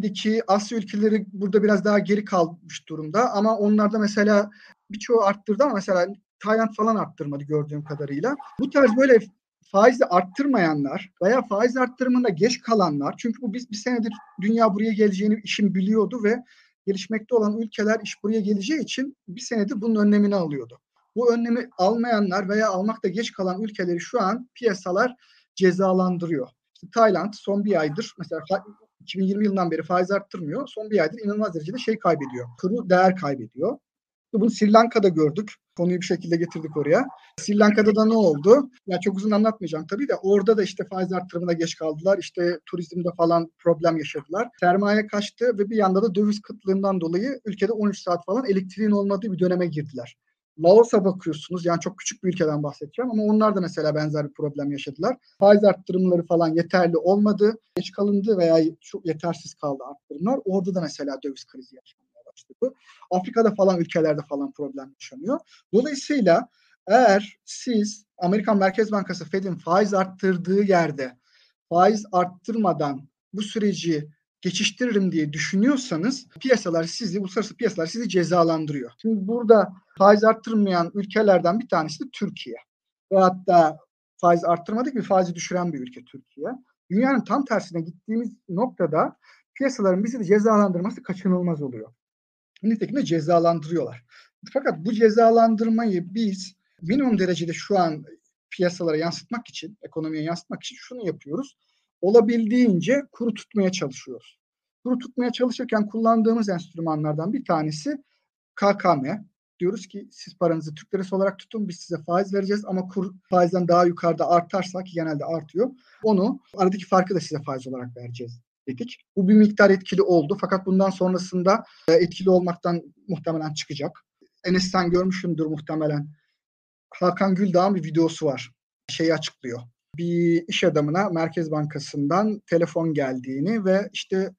Asya ülkeleri burada biraz daha geri kalmış durumda ama onlarda mesela birçoğu arttırdı ama mesela Tayland falan arttırmadı gördüğüm kadarıyla. Bu tarz böyle faizi arttırmayanlar veya faiz arttırımında geç kalanlar, çünkü bu bir senedir dünya buraya geleceğini işin biliyordu ve gelişmekte olan ülkeler iş buraya geleceği için bir senedir bunun önlemini alıyordu. Bu önlemi almayanlar veya almakta geç kalan ülkeleri şu an piyasalar cezalandırıyor. İşte Tayland son bir aydır mesela 2020 yılından beri faiz arttırmıyor. Son bir aydır inanılmaz derecede kaybediyor. Kuru değer kaybediyor. Bunu Sri Lanka'da gördük. Konuyu bir şekilde getirdik oraya. Sri Lanka'da da ne oldu? Yani çok uzun anlatmayacağım tabii de, orada da işte faiz artırımına geç kaldılar. İşte turizmde falan problem yaşadılar. Sermaye kaçtı ve bir yanda da döviz kıtlığından dolayı ülkede 13 saat falan elektriğin olmadığı bir döneme girdiler. Laos'a bakıyorsunuz, yani çok küçük bir ülkeden bahsedeceğim ama onlar da mesela benzer bir problem yaşadılar. Faiz arttırımları falan yeterli olmadı. Geç kalındı veya çok yetersiz kaldı arttırımlar. Orada da mesela döviz krizi yaşanmaya başladı. Afrika'da falan, ülkelerde falan problem yaşanıyor. Dolayısıyla eğer siz Amerikan Merkez Bankası Fed'in faiz arttırdığı yerde faiz arttırmadan bu süreci geçiştiririm diye düşünüyorsanız uluslararası piyasalar sizi cezalandırıyor. Şimdi burada faiz arttırmayan ülkelerden bir tanesi de Türkiye. Ve hatta faiz arttırmadık, bir faizi düşüren bir ülke Türkiye. Dünyanın tam tersine gittiğimiz noktada piyasaların bizi de cezalandırması kaçınılmaz oluyor. Nitekim de cezalandırıyorlar. Fakat bu cezalandırmayı biz minimum derecede şu an piyasalara yansıtmak için, ekonomiye yansıtmak için şunu yapıyoruz. Olabildiğince kuru tutmaya çalışıyoruz. Kuru tutmaya çalışırken kullandığımız enstrümanlardan bir tanesi KKM. Diyoruz ki siz paranızı Türk lirası olarak tutun, biz size faiz vereceğiz ama kur faizden daha yukarıda artarsa, ki genelde artıyor, onu, aradaki farkı da size faiz olarak vereceğiz dedik. Bu bir miktar etkili oldu fakat bundan sonrasında etkili olmaktan muhtemelen çıkacak. Enes, sen görmüşsündür muhtemelen. Hakan Güldağ'ın bir videosu var. Açıklıyor. Bir iş adamına Merkez Bankası'ndan telefon geldiğini ve işte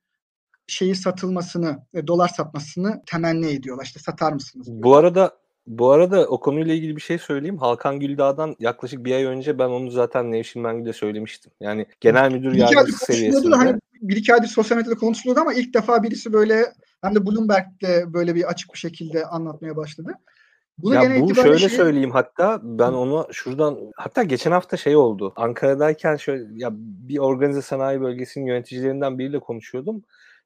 satılmasını, dolar satmasını temenni ediyorlar. İşte satar mısınız diyorlar. Bu arada o konuyla ilgili bir şey söyleyeyim. Hakan Güldağ'dan yaklaşık bir ay önce ben onu zaten Nevşin Mengü'de söylemiştim. Yani genel müdür yardımcısı seviyesinde. Hani bir iki aydır sosyal medyada konuşuluyordu ama ilk defa birisi böyle, hem de Bloomberg'de böyle bir açık bir şekilde anlatmaya başladı. Bu şöyle söyleyeyim, hatta ben onu hatta geçen hafta oldu. Ankara'dayken bir organize sanayi bölgesinin yöneticilerinden biriyle konuşuyordum.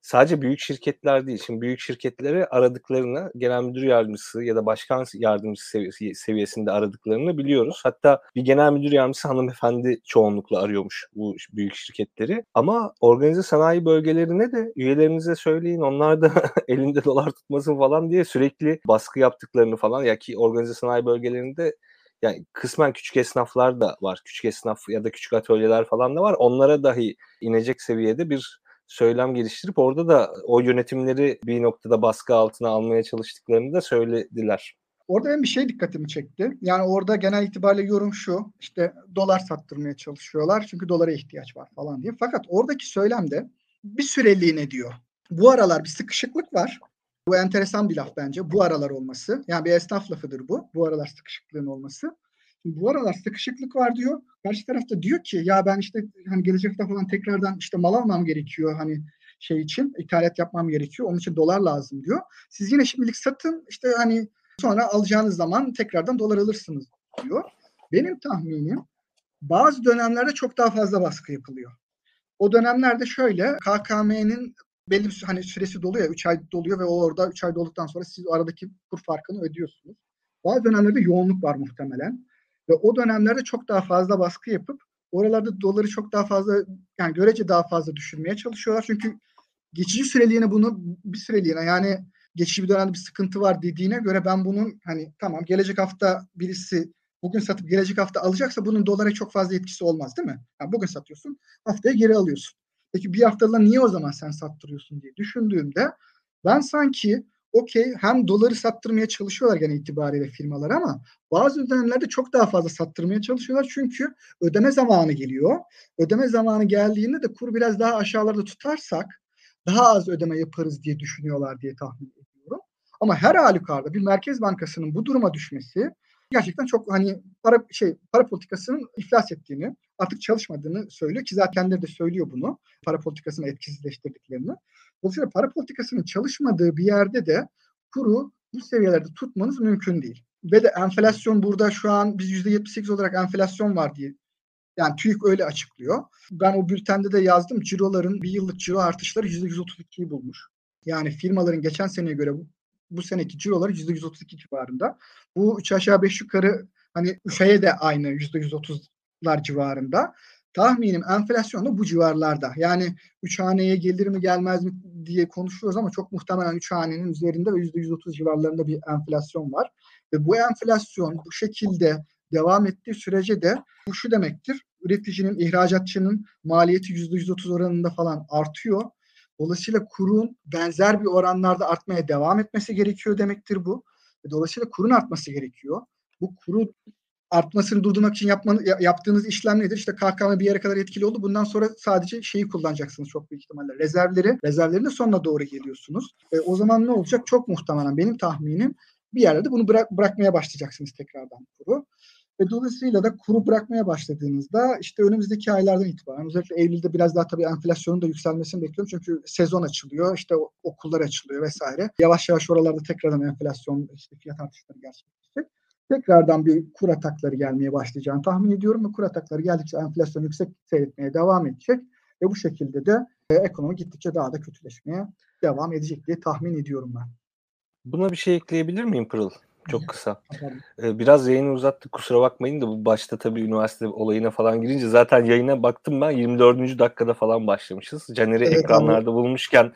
sadece büyük şirketler değil. Şimdi büyük şirketleri aradıklarını genel müdür yardımcısı ya da başkan yardımcısı seviyesinde aradıklarını biliyoruz. Hatta bir genel müdür yardımcısı hanımefendi çoğunlukla arıyormuş bu büyük şirketleri. Ama organize sanayi bölgelerine de üyelerinize söyleyin, onlar da elinde dolar tutmasın falan diye sürekli baskı yaptıklarını falan, ya ki organize sanayi bölgelerinde yani kısmen küçük esnaflar da var. Küçük esnaf ya da küçük atölyeler falan da var. Onlara dahi inecek seviyede bir söylem geliştirip orada da o yönetimleri bir noktada baskı altına almaya çalıştıklarını da söylediler. Orada benim bir şey dikkatimi çekti. Yani orada genel itibariyle yorum şu, işte dolar sattırmaya çalışıyorlar çünkü dolara ihtiyaç var falan diye. Fakat oradaki söylemde bir süreliğine diyor. Bu aralar bir sıkışıklık var. Bu enteresan bir laf bence. Bu aralar olması. Yani bir esnaf lafıdır bu. Bu aralar sıkışıklığın olması. Şimdi bu aralar sıkışıklık var diyor. Karşı tarafta diyor ki ya ben işte hani gelecek hafta falan tekrardan işte mal almam gerekiyor hani şey için, ithalat yapmam gerekiyor. Onun için dolar lazım diyor. Siz yine şimdilik satın işte hani sonra alacağınız zaman tekrardan dolar alırsınız diyor. Benim tahminim bazı dönemlerde çok daha fazla baskı yapılıyor. O dönemlerde şöyle KKM'nin belli bir hani süresi doluyor, 3 ay doluyor ve o orada 3 ay dolduktan sonra siz aradaki kur farkını ödüyorsunuz. Bazı dönemlerde yoğunluk var muhtemelen ve o dönemlerde çok daha fazla baskı yapıp oralarda doları çok daha fazla yani görece daha fazla düşürmeye çalışıyorlar. Çünkü geçici süreliğine bunu bir süreliğine yani geçici bir dönemde bir sıkıntı var dediğine göre ben bunun hani tamam gelecek hafta birisi bugün satıp gelecek hafta alacaksa bunun dolara çok fazla etkisi olmaz değil mi? Yani bugün satıyorsun haftaya geri alıyorsun. Peki bir haftalığına niye o zaman sen sattırıyorsun diye düşündüğümde ben sanki okey hem doları sattırmaya çalışıyorlar gene itibariyle firmalar ama bazı dönemlerde çok daha fazla sattırmaya çalışıyorlar çünkü ödeme zamanı geliyor. Ödeme zamanı geldiğinde de kur biraz daha aşağılarda tutarsak daha az ödeme yaparız diye düşünüyorlar diye tahmin ediyorum. Ama her halükarda bir Merkez Bankası'nın bu duruma düşmesi gerçekten çok hani para politikasının iflas ettiğini, artık çalışmadığını söylüyor ki zaten kendileri de söylüyor bunu. Para politikasını etkisizleştirdiklerini. Dolayısıyla para politikasının çalışmadığı bir yerde de kuru bu seviyelerde tutmanız mümkün değil. Ve de enflasyon burada şu an biz %78 olarak enflasyon var diye yani TÜİK öyle açıklıyor. Ben o bültende de yazdım. Ciroların bir yıllık ciro artışları %132'yi bulmuş. Yani firmaların geçen seneye göre bu seneki ciroları %132 civarında. Bu 3 aşağı 5 yukarı hani şeye de aynı %130'lar civarında. Tahminim enflasyon da bu civarlarda. Yani 3 haneye gelir mi gelmez mi diye konuşuyoruz ama çok muhtemelen 3 hanenin üzerinde ve %130 civarlarında bir enflasyon var. Ve bu enflasyon bu şekilde devam ettiği sürece de bu şu demektir. Üreticinin, ihracatçının maliyeti %130 oranında falan artıyor. Dolayısıyla kurun benzer bir oranlarda artmaya devam etmesi gerekiyor demektir bu. Dolayısıyla kurun artması gerekiyor. Bu kurun artmasını durdurmak için yaptığınız işlem nedir? İşte KKM bir yere kadar etkili oldu. Bundan sonra sadece şeyi kullanacaksınız çok büyük ihtimalle. Rezervlerin de sonuna doğru geliyorsunuz. O zaman ne olacak? Çok muhtemelen benim tahminim bir yerde de bunu bırakmaya başlayacaksınız tekrardan kuru. Ve dolayısıyla da kuru bırakmaya başladığınızda işte önümüzdeki aylardan itibaren özellikle Eylül'de biraz daha tabii enflasyonun da yükselmesini bekliyorum. Çünkü sezon açılıyor, işte okullar açılıyor vesaire. Yavaş yavaş oralarda tekrardan enflasyon, işte fiyat artışları gerçekleşecek. Tekrardan bir kur atakları gelmeye başlayacağını tahmin ediyorum ve kur atakları geldikçe enflasyon yüksek seyretmeye devam edecek ve bu şekilde de ekonomi gittikçe daha da kötüleşmeye devam edecek diye tahmin ediyorum ben. Buna bir şey ekleyebilir miyim Pırıl? Çok kısa. Biraz yayını uzattık, kusura bakmayın da bu başta tabii üniversite olayına falan girince zaten yayına baktım ben 24. dakikada falan başlamışız. Caner'i Evet, ekranlarda bulmuşken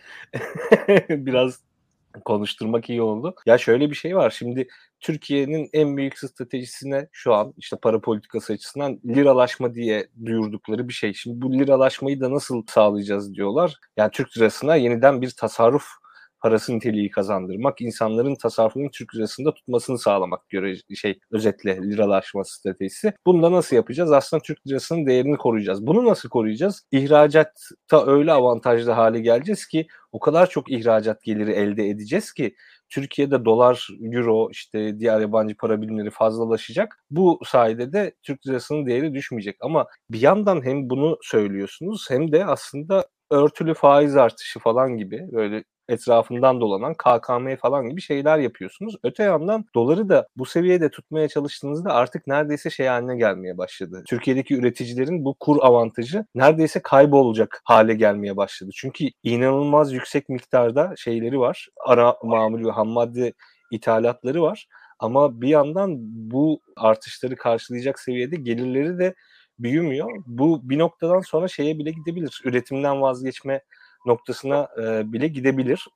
biraz konuşturmak iyi oldu. Ya şöyle bir şey var. Şimdi Türkiye'nin en büyük stratejisine şu an işte para politikası açısından liralaşma diye duyurdukları bir şey. Şimdi bu liralaşmayı da nasıl sağlayacağız diyorlar. Yani Türk lirasına yeniden bir tasarruf parası niteliği kazandırmak, insanların tasarrufunu Türk lirasında tutmasını sağlamak özetle liralaşma stratejisi. Bunu da nasıl yapacağız? Aslında Türk lirasının değerini koruyacağız. Bunu nasıl koruyacağız? İhracatta öyle avantajlı hale geleceğiz ki o kadar çok ihracat geliri elde edeceğiz ki Türkiye'de dolar, euro, işte diğer yabancı para birimleri fazlalaşacak. Bu sayede de Türk lirasının değeri düşmeyecek. Ama bir yandan hem bunu söylüyorsunuz hem de aslında örtülü faiz artışı falan gibi böyle etrafından dolanan KKM falan gibi şeyler yapıyorsunuz. Öte yandan doları da bu seviyede tutmaya çalıştığınızda artık neredeyse şey haline gelmeye başladı. Türkiye'deki üreticilerin bu kur avantajı neredeyse kaybolacak hale gelmeye başladı. Çünkü inanılmaz yüksek miktarda şeyleri var. Ara mamul ve ham madde ithalatları var. Ama bir yandan bu artışları karşılayacak seviyede gelirleri de büyümüyor. Bu bir noktadan sonra şeye bile gidebilir. Üretimden vazgeçme noktasına bile gidebilir.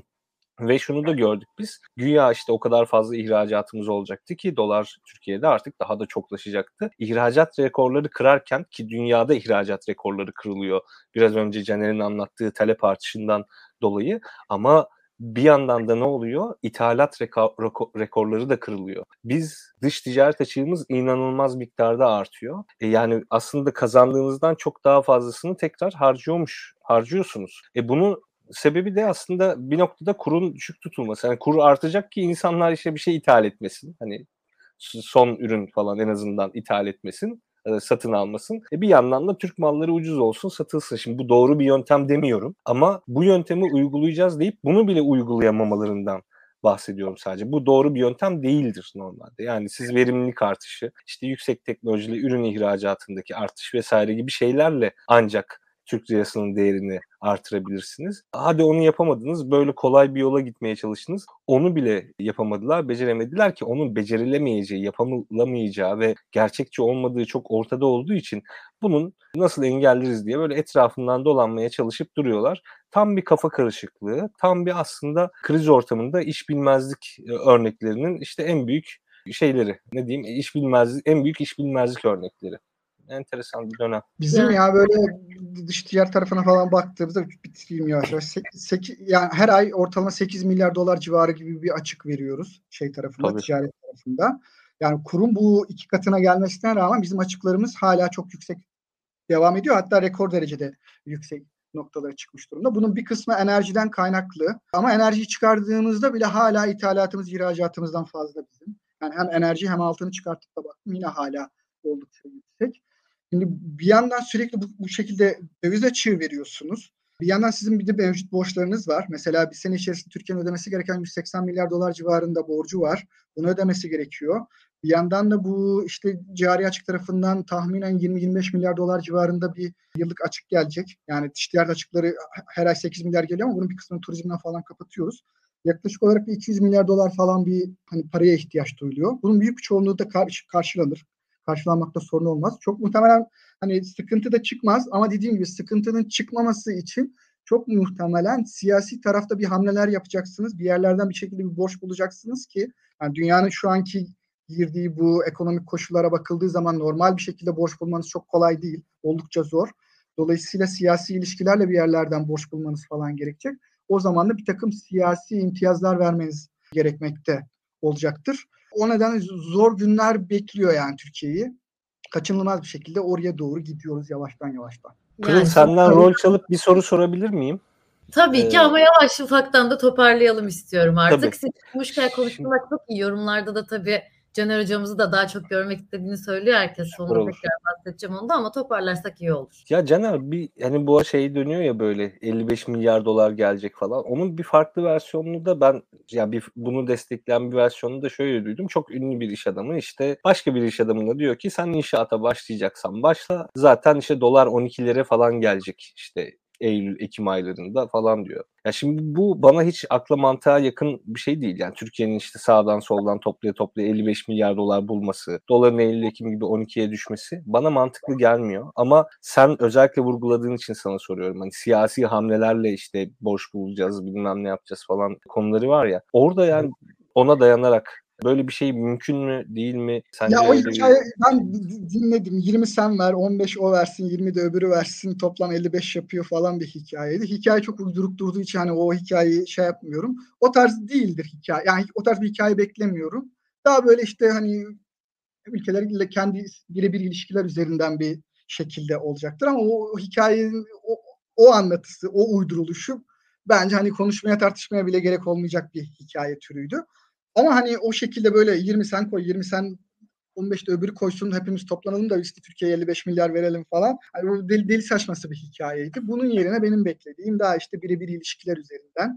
Ve şunu da gördük biz. Güya işte o kadar fazla ihracatımız olacaktı ki dolar Türkiye'de artık daha da çoklaşacaktı. İhracat rekorları kırarken, ki dünyada ihracat rekorları kırılıyor. Biraz önce Caner'in anlattığı talep artışından dolayı, ama bir yandan da ne oluyor? İthalat rekorları da kırılıyor. Biz dış ticaret açığımız inanılmaz miktarda artıyor. Yani aslında kazandığınızdan çok daha fazlasını tekrar harcıyorsunuz. Bunu sebebi de aslında bir noktada kurun düşük tutulması. Yani kur artacak ki insanlar işte bir şey ithal etmesin. Hani son ürün falan en azından ithal etmesin, satın almasın. Bir yandan da Türk malları ucuz olsun, satılsın. Şimdi bu doğru bir yöntem demiyorum ama bu yöntemi uygulayacağız deyip bunu bile uygulayamamalarından bahsediyorum sadece. Bu doğru bir yöntem değildir normalde. Yani siz verimlilik artışı, işte yüksek teknolojili ürün ihracatındaki artış vesaire gibi şeylerle ancak Türk lirasının değerini artırabilirsiniz. Hadi onu yapamadınız, böyle kolay bir yola gitmeye çalıştınız. Onu bile yapamadılar, beceremediler ki onun becerilemeyeceği, yapılamayacağı ve gerçekçi olmadığı çok ortada olduğu için bunun nasıl engelleriz diye böyle etrafından dolanmaya çalışıp duruyorlar. Tam bir kafa karışıklığı, tam bir aslında kriz ortamında iş bilmezlik örneklerinin işte en büyük şeyleri, ne diyeyim, en büyük iş bilmezlik örnekleri. Enteresan bir dönem. Bizim ya böyle dış ticaret tarafına falan baktığımızda, bitireyim yavaş yavaş. Yani her ay ortalama 8 milyar dolar civarı gibi bir açık veriyoruz şey tarafında, Tabii. ticaret tarafında. Yani kurun bu 2 katına gelmesine rağmen bizim açıklarımız hala çok yüksek devam ediyor. Hatta rekor derecede yüksek noktalara çıkmış durumda. Bunun bir kısmı enerjiden kaynaklı. Ama enerjiyi çıkardığımızda bile hala ithalatımız ihracatımızdan fazla bizim. Yani hem enerji hem altını çıkartıp da baktım yine hala oldukça yüksek. Şimdi bir yandan sürekli bu şekilde döviz açığı veriyorsunuz. Bir yandan sizin bir de mevcut borçlarınız var. Mesela bir sene içerisinde Türkiye'nin ödemesi gereken 180 milyar dolar civarında borcu var. Bunu ödemesi gerekiyor. Bir yandan da bu işte cari açık tarafından tahminen 20-25 milyar dolar civarında bir yıllık açık gelecek. Yani dış ticaret açıkları her ay 8 milyar geliyor ama bunun bir kısmını turizmden falan kapatıyoruz. Yaklaşık olarak bir 200 milyar dolar falan bir paraya ihtiyaç duyuluyor. Bunun büyük bir çoğunluğu da karşılanır. Karşılanmakta sorun olmaz. Çok muhtemelen sıkıntı da çıkmaz ama dediğim gibi sıkıntının çıkmaması için çok muhtemelen siyasi tarafta bir hamleler yapacaksınız. Bir yerlerden bir şekilde bir borç bulacaksınız ki yani dünyanın şu anki girdiği bu ekonomik koşullara bakıldığı zaman normal bir şekilde borç bulmanız çok kolay değil. Oldukça zor. Dolayısıyla siyasi ilişkilerle bir yerlerden borç bulmanız falan gerekecek. O zaman da bir takım siyasi imtiyazlar vermeniz gerekmekte olacaktır. O nedenle zor günler bekliyor yani Türkiye'yi. Kaçınılmaz bir şekilde oraya doğru gidiyoruz yavaştan. Pırıl, senden rol çalıp bir soru sorabilir miyim? Tabii ki ama yavaş ufaktan da toparlayalım istiyorum artık. Tabii. Siz konuşmuşken konuşmak çok iyi. Yorumlarda da tabii Caner hocamızı da daha çok görmek istediğini söylüyor herkes. Sonra tekrar bahsedeceğim onda ama toparlarsak iyi olur. Ya Caner, hani bu şey dönüyor ya, böyle 55 milyar dolar gelecek falan. Onun bir farklı versiyonunu da ben, ya bunu destekleyen bir versiyonunu da şöyle duydum. Çok ünlü bir iş adamı işte başka bir iş adamına diyor ki sen inşaata başlayacaksan başla. Zaten işte dolar 12'lere falan gelecek işte Eylül-Ekim aylarında falan diyor. Ya şimdi bu bana hiç akla mantığa yakın bir şey değil. Yani Türkiye'nin işte sağdan soldan toplaya 55 milyar dolar bulması, doların Eylül-Ekim gibi 12'ye düşmesi bana mantıklı gelmiyor. Ama sen özellikle vurguladığın için sana soruyorum. Hani siyasi hamlelerle işte borç bulacağız, bilmem ne yapacağız falan konuları var ya. Orada yani ona dayanarak böyle bir şey mümkün mü, değil mi? Sence ya o hikaye ben dinledim. 20 sen ver, 15 o versin, 20 de öbürü versin. Toplam 55 yapıyor falan bir hikayeydi. Hikaye çok uyduruk durduğu için hani o hikayeyi şey yapmıyorum. O tarz değildir hikaye. Yani o tarz bir hikaye beklemiyorum. Daha böyle işte hani ülkelerle kendi birebir ilişkiler üzerinden bir şekilde olacaktır ama o hikayenin o anlatısı, o uyduruluşu bence hani konuşmaya tartışmaya bile gerek olmayacak bir hikaye türüydü. Ama hani o şekilde böyle 20 sen koy, 20 sen 15'te öbürü koysun, hepimiz toplanalım da işte Türkiye'ye 55 milyar verelim falan. Yani o deli saçması bir hikayeydi. Bunun yerine benim beklediğim daha işte birebir ilişkiler üzerinden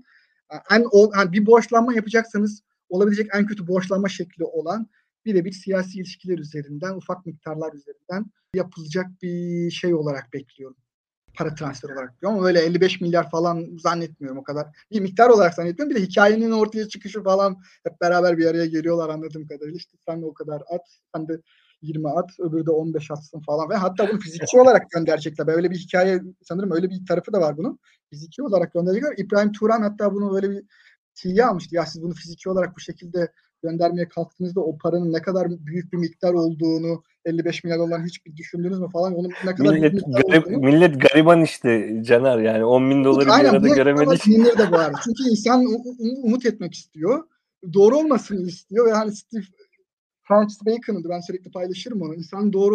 Yani bir borçlanma yapacaksanız olabilecek en kötü borçlanma şekli olan birebir siyasi ilişkiler üzerinden, ufak miktarlar üzerinden yapılacak bir şey olarak bekliyorum. Para transferi olarak bekliyorum ama öyle 55 milyar falan zannetmiyorum o kadar. Bir miktar olarak zannetmiyorum. Bir de hikayenin ortaya çıkışı falan hep beraber bir araya geliyorlar anladığım kadarıyla. İşte sen de o kadar at, sen de 20 at, öbürü de 15 atsın falan ve hatta bunu fiziki olarak gönderecekler. Böyle bir hikaye sanırım öyle bir tarafı da var bunun. Fiziki olarak gönderecekler. İbrahim Turan hatta bunu böyle bir tiye almıştı. Ya siz bunu fiziki olarak bu şekilde göndermeye kalktığınızda o paranın ne kadar büyük bir miktar olduğunu 55 milyar olan hiç düşündünüz mü falan onun ne kadar millet gariban işte Caner yani 10 bin doları bir arada göremedik. Aynen de bu arada. Çünkü insan umut etmek istiyor. Doğru olmasını istiyor ve hani Francis Bacon'ın ben sürekli paylaşırım onu. İnsanın doğru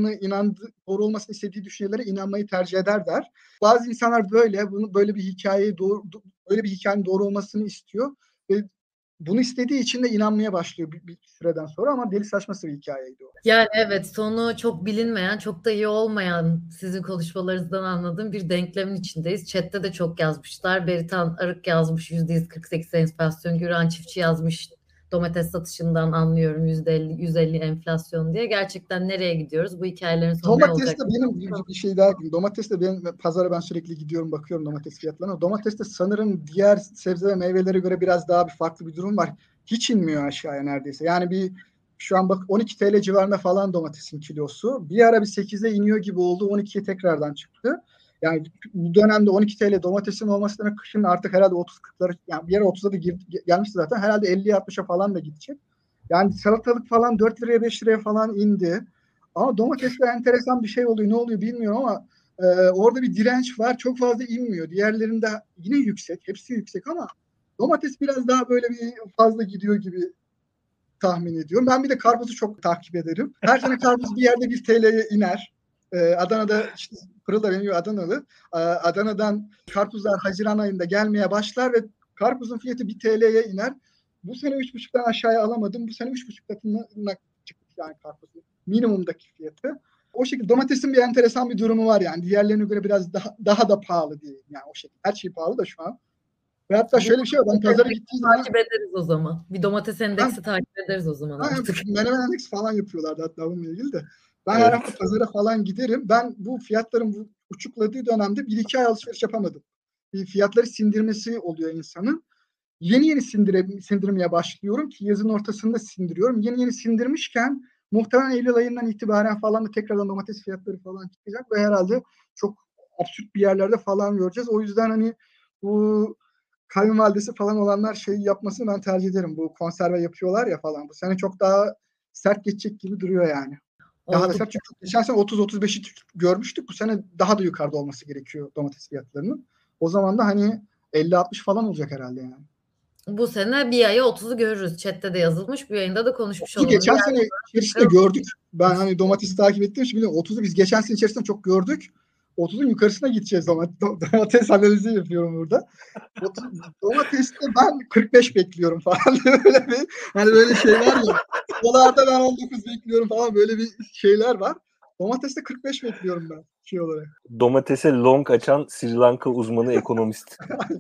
olmasını istediği düşüncelere inanmayı tercih eder der. Bazı insanlar böyle bir hikayeyi öyle bir hikayenin doğru olmasını istiyor ve bunu istediği için de inanmaya başlıyor bir süreden sonra ama deli saçması bir hikayeydi o. Yani evet sonu çok bilinmeyen, çok da iyi olmayan sizin konuşmalarınızdan anladığım bir denklemin içindeyiz. Chat'te de çok yazmışlar. Beritan Arık yazmış %148 enflasyon. Güran Çiftçi yazmış domates satışından anlıyorum %50 enflasyon diye. Gerçekten nereye gidiyoruz? Bu hikayelerin sonu ne olacak? Domates'te benim bir şey daha ekleyeyim. Domates'te pazara ben sürekli gidiyorum bakıyorum domates fiyatlarına. Domates'te sanırım diğer sebze ve meyvelere göre biraz daha farklı bir durum var. Hiç inmiyor aşağıya neredeyse. Yani şu an bak 12 TL civarında falan domatesin kilosu. Bir ara bir 8'e iniyor gibi oldu. 12'ye tekrardan çıktı. Yani bu dönemde 12 TL domatesin olması demek kışın artık herhalde 30-40'lara yani bir yere 30'a da gelmişti zaten. Herhalde 50'ye 60'a falan da gidecek. Yani salatalık falan 4 liraya 5 liraya falan indi. Ama domateste enteresan bir şey oluyor. Ne oluyor bilmiyorum ama orada bir direnç var. Çok fazla inmiyor. Diğerlerinde yine yüksek. Hepsi yüksek ama domates biraz daha böyle bir fazla gidiyor gibi tahmin ediyorum. Ben bir de karpuzu çok takip ederim. Her sene karpuz bir yerde 1 TL'ye iner. Adana'da işte Pırıl da benim gibi Adanalı. Adana'dan karpuzlar Haziran ayında gelmeye başlar ve karpuzun fiyatı 1 TL'ye iner. Bu sene 3,5'tan aşağıya alamadım. Bu sene 3,5 katına çıkmış yani karpuzun minimumdaki fiyatı. O şekilde domatesin bir enteresan bir durumu var yani. Diğerlerine göre biraz daha da pahalı diyeyim yani o şekilde. Her şey pahalı da şu an. Ve hatta şöyle bir şey var. Ben pazara gittiğim zaman takip ederiz o zaman. Bir domates endeksi takip ederiz o zaman artık. Menemen endeksi falan yapıyorlardı hatta bununla ilgili de. Ben her hafta pazara falan giderim. Ben bu fiyatların bu uçukladığı dönemde 1-2 ay alışveriş yapamadım. Fiyatları sindirmesi oluyor insanın. Yeni sindirmeye başlıyorum ki yazın ortasında sindiriyorum. Yeni sindirmişken muhtemelen Eylül ayından itibaren falan da tekrardan domates fiyatları falan çıkacak ve herhalde çok absürt bir yerlerde falan göreceğiz. O yüzden hani bu kayınvalidesi falan olanlar şeyi yapmasını ben tercih ederim. Bu konserve yapıyorlar ya falan. Bu sene çok daha sert geçecek gibi duruyor yani. Daha da sert çünkü geçen sene 30-35'i görmüştük. Bu sene daha da yukarıda olması gerekiyor domates fiyatlarının. O zaman da hani 50-60 falan olacak herhalde yani. Bu sene bir aya 30'u görürüz. Chat'te de yazılmış. Bu yayında da konuşmuş olalım. Geçen sene içerisinde gördük. Ben hani domatesi takip ettiğim için biliyorum. 30'u biz geçen sene içerisinde çok gördük. 30'un yukarısına gideceğiz domates analizi yapıyorum burada. Domateste ben 45 bekliyorum falan. Böyle bir hani böyle şeyler ya. Dolarda ben 19 bekliyorum falan böyle bir şeyler var. Domateste 45 bekliyorum ben şey olarak. Domatese long açan Sri Lanka uzmanı ekonomist.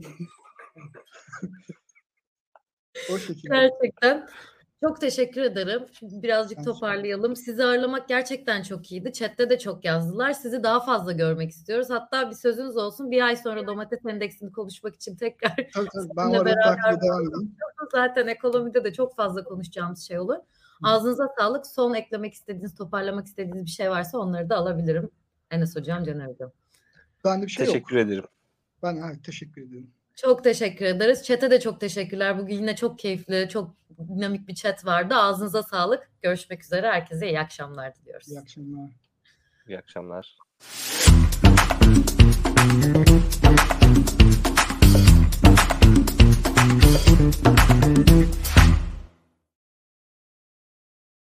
O şekilde. Gerçekten. Çok teşekkür ederim. Şimdi birazcık toparlayalım. Sizi ağırlamak gerçekten çok iyiydi. Chat'te de çok yazdılar. Sizi daha fazla görmek istiyoruz. Hatta bir sözünüz olsun. Bir ay sonra domates endeksini konuşmak için tekrar tabii. Ben orada takip devam edeyim. Zaten ekonomide de çok fazla konuşacağımız şey olur. Ağzınıza sağlık. Son eklemek istediğiniz, toparlamak istediğiniz bir şey varsa onları da alabilirim. Enes Hocam, Caner Hocam. Ben de bir şey teşekkür ederim. Ben teşekkür ederim. Çok teşekkür ederiz. Chat'e de çok teşekkürler. Bugün yine çok keyifli, çok dinamik bir chat vardı. Ağzınıza sağlık. Görüşmek üzere. Herkese iyi akşamlar diliyoruz. İyi akşamlar. İyi akşamlar.